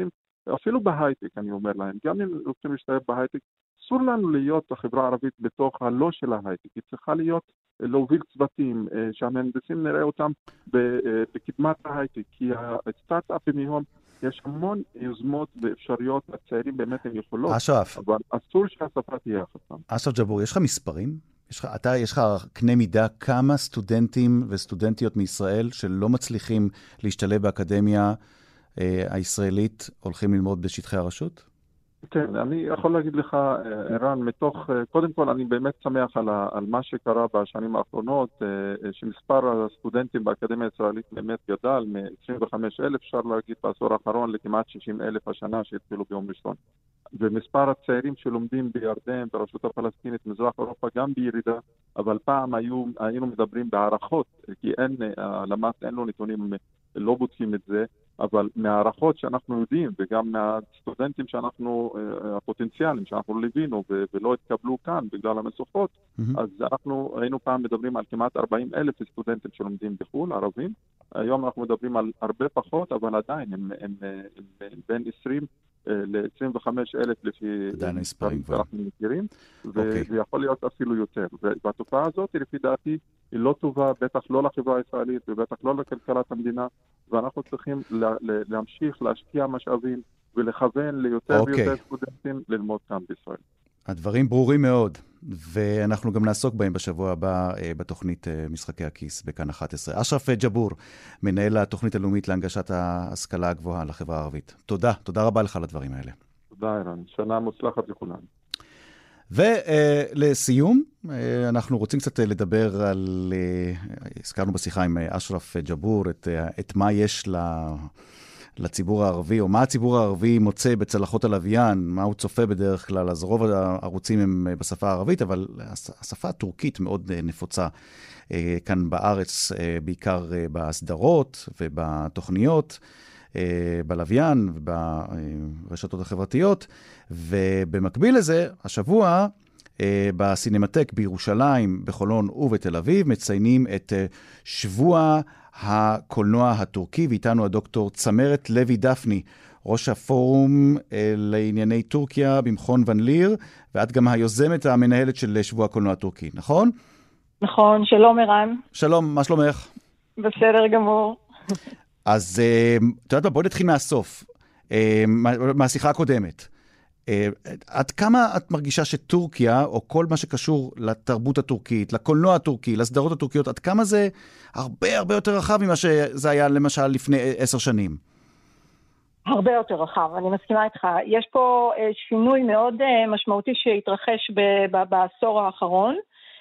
אפילו בהייטק, אני אומר להם, גם אם רוצים להשתלב בהייטק, אסור לנו להיות בחברה הערבית בתוך הלא של ההייטק, היא צריכה להיות להוביל צוותים, שהמהנדסים נראה אותם בקדמת ההייטק, כי הסטארט-אפים היום, יש המון יוזמות ואפשריות לצעירים באמת הם יכולות, אשרף. אבל אסור שהשפה תהיה החסם. אשרף ג'בור, יש לך מספרים? יש לך, אתה, יש לך קנה מידה כמה סטודנטים וסטודנטיות מישראל שלא מצליחים להשתלב באקדמיה אה, הישראלית הולכים ללמוד בשטחי הרשות? כן, אני יכול להגיד לך, ערן, מתוך, קודם כל אני באמת שמח על, ה, על מה שקרה בשנים האחרונות, שמספר הסטודנטים באקדמיה הישראלית באמת גדל, מ-עשרים וחמישה אלף אפשר להגיד בעשור האחרון, לכמעט שישים אלף השנה שהתחילו ביום ראשון. ומספר הצעירים שלומדים בירדן, ברשות הפלסטינית, מזרח אירופה, גם בירידה, אבל פעם היו, היינו מדברים בהערכות, כי אין, למעט אין לו נתונים, לא בודקים את זה, אבל מהערכות שאנחנו יודעים, וגם מהסטודנטים שאנחנו, הפוטנציאלים שאנחנו ליווינו ולא התקבלו כאן בגלל המשוכות, mm-hmm. אז אנחנו היינו פעם מדברים על כמעט ארבעים אלף סטודנטים שלומדים בחו"ל, ערבים. היום אנחנו מדברים על הרבה פחות, אבל עדיין הם, הם, הם, הם בין עשרים ל-עשרים וחמישה אלף לפי מספרים שאנחנו מכירים, ויכול להיות אפילו יותר. והתופעה הזאת, לפי דעתי, היא לא טובה, בטח לא לחברה הישראלית, ובטח לא לכלכלת המדינה, ואנחנו צריכים להמשיך להשקיע משאבים, ולכוון ליותר ויותר סטודנטים ללמוד כאן בישראל. הדברים ברורים מאוד, ואנחנו גם נעסוק בהם בשבוע הבא בתוכנית משחקי הכיס בכאן אחת עשרה. אשרף ג'בור, מנהל התוכנית הלאומית להנגשת ההשכלה הגבוהה לחברה הערבית. תודה, תודה רבה לך על הדברים האלה. תודה, ערן. שנה מוצלחת לכולם. ולסיום, אנחנו רוצים קצת לדבר על, הזכרנו בשיחה עם אשרף ג'בור, את, את מה יש לה... לציבור הערבי, או מה הציבור הערבי מוצא בצלחות הלוויין, מה הוא צופה בדרך כלל, אז רוב הערוצים הם בשפה הערבית, אבל השפה הטורקית מאוד נפוצה כאן בארץ, בעיקר בסדרות ובתוכניות, בלוויין וברשתות החברתיות, ובמקביל לזה, השבוע בסינמטק בירושלים, בחולון ובתל אביב, מציינים את שבוע הקולנוע הטורקי, ואיתנו הדוקטור צמרת לוי דפני, ראש הפורום לענייני טורקיה במכון ון ליר, ואת גם היוזמת המנהלת של שבוע הקולנוע הטורקי, נכון? נכון, שלום ערן. שלום, מה שלומך? בסדר גמור. אז את יודעת, בואי נתחיל מהסוף, מהשיחה הקודמת. עד כמה את מרגישה שטורקיה, או כל מה שקשור לתרבות הטורקית, לקולנוע הטורקי, לסדרות הטורקיות, עד כמה זה הרבה הרבה יותר רחב ממה שזה היה למשל לפני עשר שנים? הרבה יותר רחב, אני מסכימה איתך. יש פה שינוי מאוד משמעותי שהתרחש בעשור האחרון.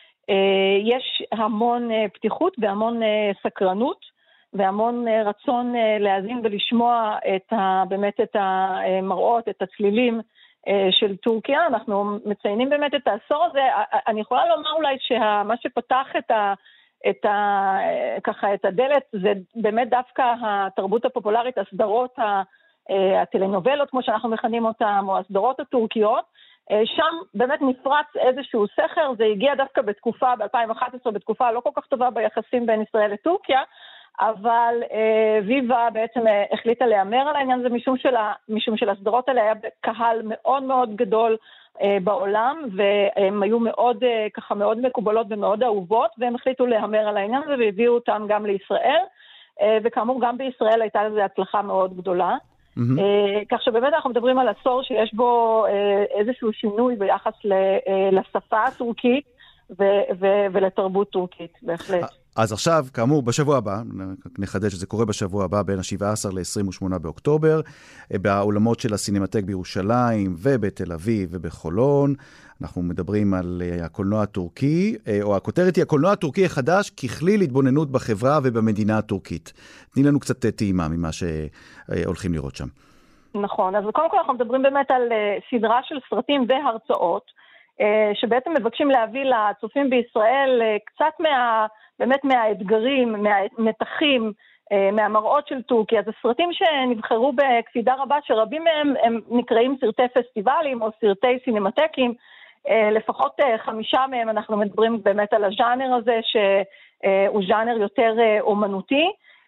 יש המון פתיחות והמון סקרנות, והמון רצון להאזין ולשמוע את ה, באמת את המראות, את הצלילים, של טורקיה. אנחנו מציינים באמת את העשור הזה. אני יכולה לומר אולי שמה שפתח את ה, את ה, ככה את הדלת זה באמת דווקא התרבות הפופולרית, הסדרות הטלנובלות כמו שאנחנו מכנים אותם, או הסדרות הטורקיות. שם באמת נפרץ איזשהו סכר, זה הגיע דווקא בתקופה ב-אלפיים ואחת עשרה, בתקופה לא כל כך טובה ביחסים בין ישראל לטורקיה, אבל אה, ויבה בעצם אה, החליטה להיאמר על העניין הזה משום של, משום של הסדרות האלה היה קהל מאוד מאוד גדול אה, בעולם, והם היו מאוד, אה, ככה מאוד מקובלות ומאוד אהובות, והם החליטו להיאמר על העניין הזה והביאו אותם גם לישראל, אה, וכאמור גם בישראל הייתה לזה הצלחה מאוד גדולה. Mm-hmm. אה, כך שבאמת אנחנו מדברים על עשור שיש בו אה, איזשהו שינוי ביחס ל, אה, לשפה הטורקית ו- ו- ולתרבות טורקית, בהחלט. אז עכשיו, כאמור, בשבוע הבא, נחדש שזה קורה בשבוע הבא, בין ה-שבעה עשר ל-עשרים ושמונה באוקטובר, בעולמות של הסינמטק בירושלים ובתל אביב ובחולון, אנחנו מדברים על הקולנוע הטורקי, או הכותרת היא הקולנוע הטורקי החדש, ככלי להתבוננות בחברה ובמדינה הטורקית. תני לנו קצת טעימה ממה שהולכים לראות שם. נכון, אז קודם כל אנחנו מדברים באמת על סדרה של סרטים והרצאות, שבעצם מבקשים להביא לצופים בישראל קצת מה... באמת מהאתגרים, מהמתחים, מהמראות של טורקיה. זה סרטים שנבחרו בקפידה רבה, שרבים מהם הם נקראים סרטי פסטיבלים או סרטי סינמטקים. לפחות חמישה מהם אנחנו מדברים באמת על הז'אנר הזה, שהוא ז'אנר יותר אומנותי.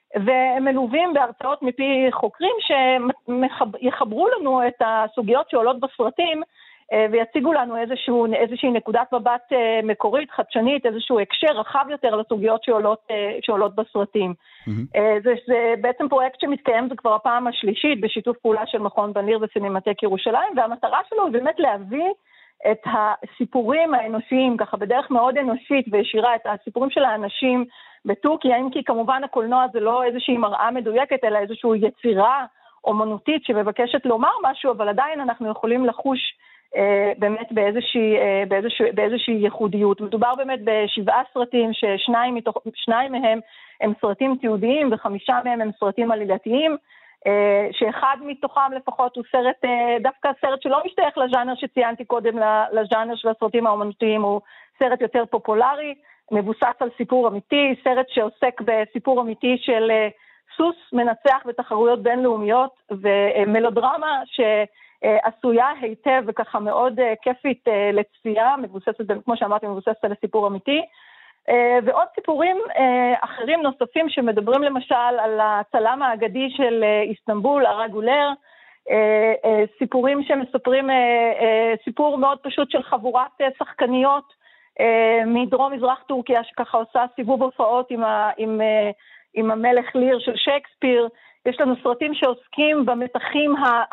והם מלווים בהרצאות מפי חוקרים שיחברו לנו את הסוגיות שעולות בסרטים, ויציגו לנו איזשהו, איזושהי נקודת מבט מקורית, חדשנית, איזשהו הקשר רחב יותר לסוגיות שעולות, שעולות בסרטים. Mm-hmm. זה, זה בעצם פרויקט שמתקיים, זה כבר הפעם השלישית, בשיתוף פעולה של מכון ון ליר וסינמטק ירושלים, והמטרה שלו היא באמת להביא את הסיפורים האנושיים, ככה בדרך מאוד אנושית וישירה, את הסיפורים של האנשים בטורקיה, אם כי כמובן הקולנוע זה לא איזושהי מראה מדויקת, אלא איזושהי יצירה אומנותית שמבקשת לומר משהו, אבל עדיין אנחנו יכולים לחוש באמת באיזושהי, באיזושהי, באיזושהי ייחודיות. מדובר באמת בשבעה סרטים, ששניים מתוך, שניים מהם הם סרטים תיעודיים, וחמישה מהם הם סרטים עלילתיים, שאחד מתוכם לפחות הוא סרט, דווקא סרט שלא משתייך לז'אנר שציינתי קודם, לז'אנר של הסרטים האומנותיים, הוא סרט יותר פופולרי, מבוסס על סיפור אמיתי, סרט שעוסק בסיפור אמיתי של סוס מנצח בתחרויות בינלאומיות, ומלודרמה ש... עשויה היטב וככה מאוד כיפית לצפייה, מבוססת, כמו שאמרתי, מבוססת על סיפור אמיתי, ועוד סיפורים אחרים נוספים שמדברים למשל על הצלם האגדי של איסטנבול, הרגולר, סיפורים שמספרים סיפור מאוד פשוט של חבורת שחקניות מדרום מזרח טורקיה, שככה עושה סיבוב הופעות עם, ה, עם, עם המלך ליר של שייקספיר. יש לנו סרטים שעוסקים במתחים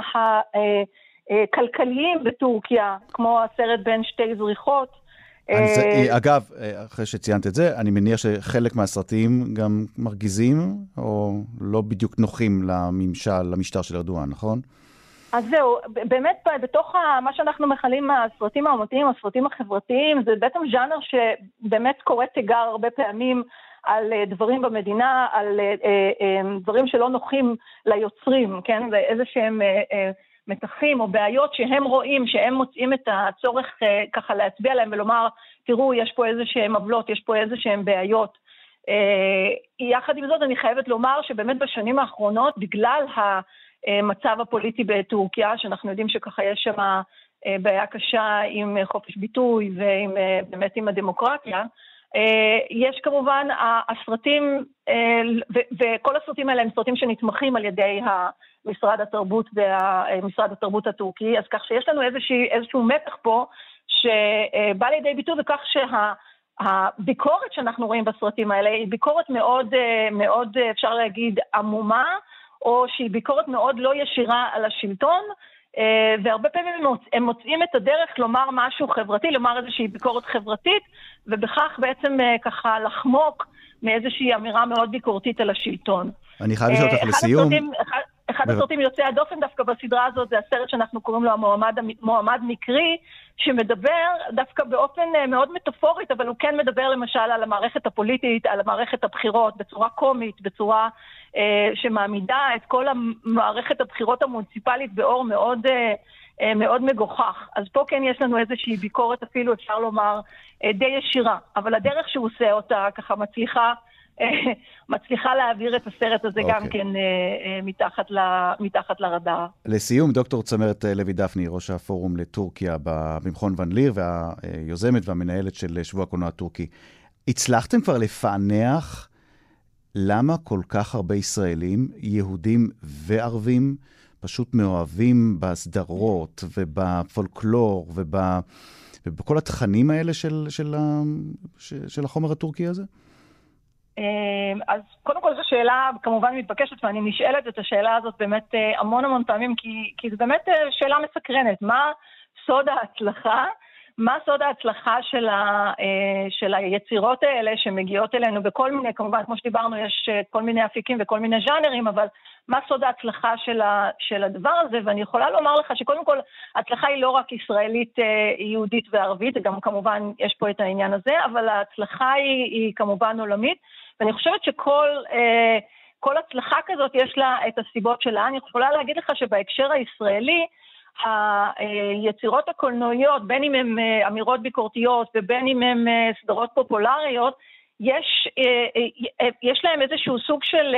הכלכליים בטורקיה, כמו הסרט בין שתי זריחות. אגב, אחרי שציינת את זה, אני מניח שחלק מהסרטים גם מרגיזים, או לא בדיוק נוחים לממשל, למשטר של ארדואן, נכון? אז זהו, באמת בתוך מה שאנחנו מכנים הסרטים האומנותיים, הסרטים החברתיים, זה בעצם ז'אנר שבאמת קורא תיגר הרבה פעמים, על דברים במדינה, על דברים שלא נוחים ליוצרים, כן? ואיזה שהם מתחים או בעיות שהם רואים, שהם מוצאים את הצורך ככה להצביע להם ולומר, תראו, יש פה איזה שהם עוולות, יש פה איזה שהם בעיות. יחד עם זאת, אני חייבת לומר שבאמת בשנים האחרונות, בגלל המצב הפוליטי בטורקיה, שאנחנו יודעים שככה יש שם בעיה קשה עם חופש ביטוי ועם, באמת עם הדמוקרטיה, יש כמובן הסרטים, וכל הסרטים האלה הם סרטים שנתמכים על ידי משרד התרבות ומשרד התרבות הטורקי, אז כך שיש לנו איזשהו מתח פה שבא לידי ביטוי בכך שהביקורת שאנחנו רואים בסרטים האלה היא ביקורת מאוד, מאוד אפשר להגיד עמומה, או שהיא ביקורת מאוד לא ישירה על השלטון, והרבה פעמים הם מוצאים את הדרך לומר משהו חברתי, לומר איזושהי ביקורת חברתית, ובכך בעצם ככה לחמוק מאיזושהי אמירה מאוד ביקורתית על השלטון. אני חייב לשאול אותך לסיום. אחד הסרטים יוצאי הדופן דווקא בסדרה הזאת, זה הסרט שאנחנו קוראים לו המועמד מקרי, שמדבר דווקא באופן מאוד מטאפורית, אבל הוא כן מדבר למשל על המערכת הפוליטית, על המערכת הבחירות, בצורה קומית, בצורה אה, שמעמידה את כל המערכת הבחירות המוניציפלית באור מאוד, אה, מאוד מגוחך. אז פה כן יש לנו איזושהי ביקורת אפילו, אפשר לומר, אה, די ישירה, אבל הדרך שהוא עושה אותה ככה מצליחה, מצליחה להעביר את הסרט הזה okay. גם כן מתחת, ל, מתחת לרדאר. לסיום, דוקטור צמרת לוי דפני, ראש הפורום לטורקיה במכון ון ליר, והיוזמת והמנהלת של שבוע הקולנוע הטורקי. הצלחתם כבר לפענח למה כל כך הרבה ישראלים, יהודים וערבים, פשוט מאוהבים בסדרות ובפולקלור ובא, ובכל התכנים האלה של, של, של, של החומר הטורקי הזה? אז קודם כל זו שאלה כמובן מתבקשת, ואני נשאלת את השאלה הזאת באמת המון המון פעמים, כי, כי זו באמת שאלה מסקרנת. מה סוד ההצלחה? מה סוד ההצלחה של, ה, של היצירות האלה שמגיעות אלינו בכל מיני, כמובן כמו שדיברנו יש כל מיני אפיקים וכל מיני ז'אנרים, אבל מה סוד ההצלחה של, ה, של הדבר הזה? ואני יכולה לומר לך שקודם כל ההצלחה היא לא רק ישראלית, יהודית וערבית, גם כמובן יש פה את העניין הזה, אבל ההצלחה היא, היא כמובן עולמית, ואני חושבת שכל אה, כל הצלחה כזאת יש לה את הסיבות שלה. אני יכולה להגיד לך שבהקשר הישראלי, היצירות הקולנועיות, בין אם הן אמירות ביקורתיות ובין אם הן סדרות פופולריות, יש, יש להם איזשהו סוג של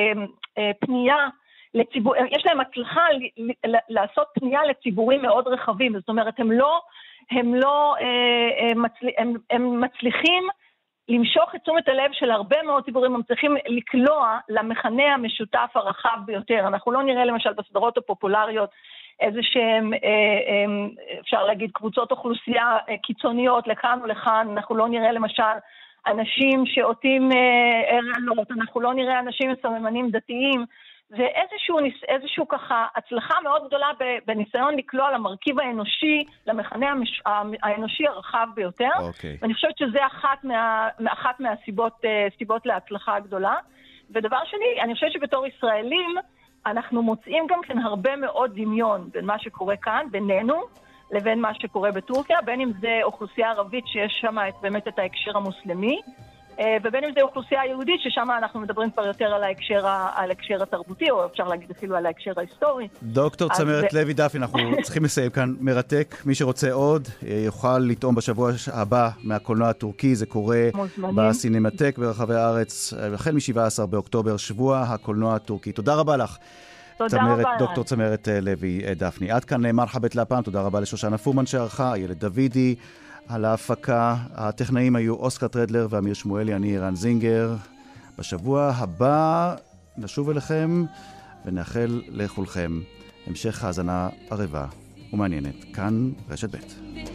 פנייה לציבור, יש להם הצלחה לעשות פנייה לציבורים מאוד רחבים. זאת אומרת, הם לא, הם לא, הם, הם מצליחים למשוך את תשומת הלב של הרבה מאוד ציבורים, הם צריכים לקלוע למכנה המשותף הרחב ביותר. אנחנו לא נראה למשל בסדרות הפופולריות איזה שהם, אפשר להגיד, קבוצות אוכלוסייה קיצוניות לכאן ולכאן, אנחנו לא נראה למשל אנשים שעוטים הרעלות, אנחנו לא נראה אנשים מסממנים דתיים, זה איזשהו, איזשהו ככה הצלחה מאוד גדולה בניסיון לקלוע למרכיב האנושי, למכנה המש, האנושי הרחב ביותר. Okay. ואני חושבת שזה אחת, מה, אחת מהסיבות סיבות להצלחה הגדולה. ודבר שני, אני חושבת שבתור ישראלים, אנחנו מוצאים גם כן הרבה מאוד דמיון בין מה שקורה כאן, בינינו, לבין מה שקורה בטורקיה, בין אם זה אוכלוסייה ערבית שיש שם באמת את ההקשר המוסלמי, ובין אם זה אוכלוסייה יהודית, ששם אנחנו מדברים כבר יותר על ההקשר, על ההקשר התרבותי, או אפשר להגיד אפילו על ההקשר ההיסטורי. דוקטור צמרת זה... לוי דפני, אנחנו צריכים לסיים כאן, מרתק. מי שרוצה עוד, יוכל לטעום בשבוע הבא מהקולנוע הטורקי, זה קורה בסינמטק ברחבי הארץ, החל מ-שבעה עשר באוקטובר, שבוע הקולנוע הטורקי. תודה רבה לך. תודה צמרת, רבה. דוקטור צמרת לוי דפני. עד כאן מרחבת להפעם, תודה רבה לשושנה פורמן שערכה, איילת דוידי, על ההפקה. הטכנאים היו אוסקר טרדלר ואמיר שמואלי, אני ערן זינגר. בשבוע הבא נשוב אליכם ונאחל לכולכם המשך האזנה ערבה ומעניינת. כאן רשת ב'.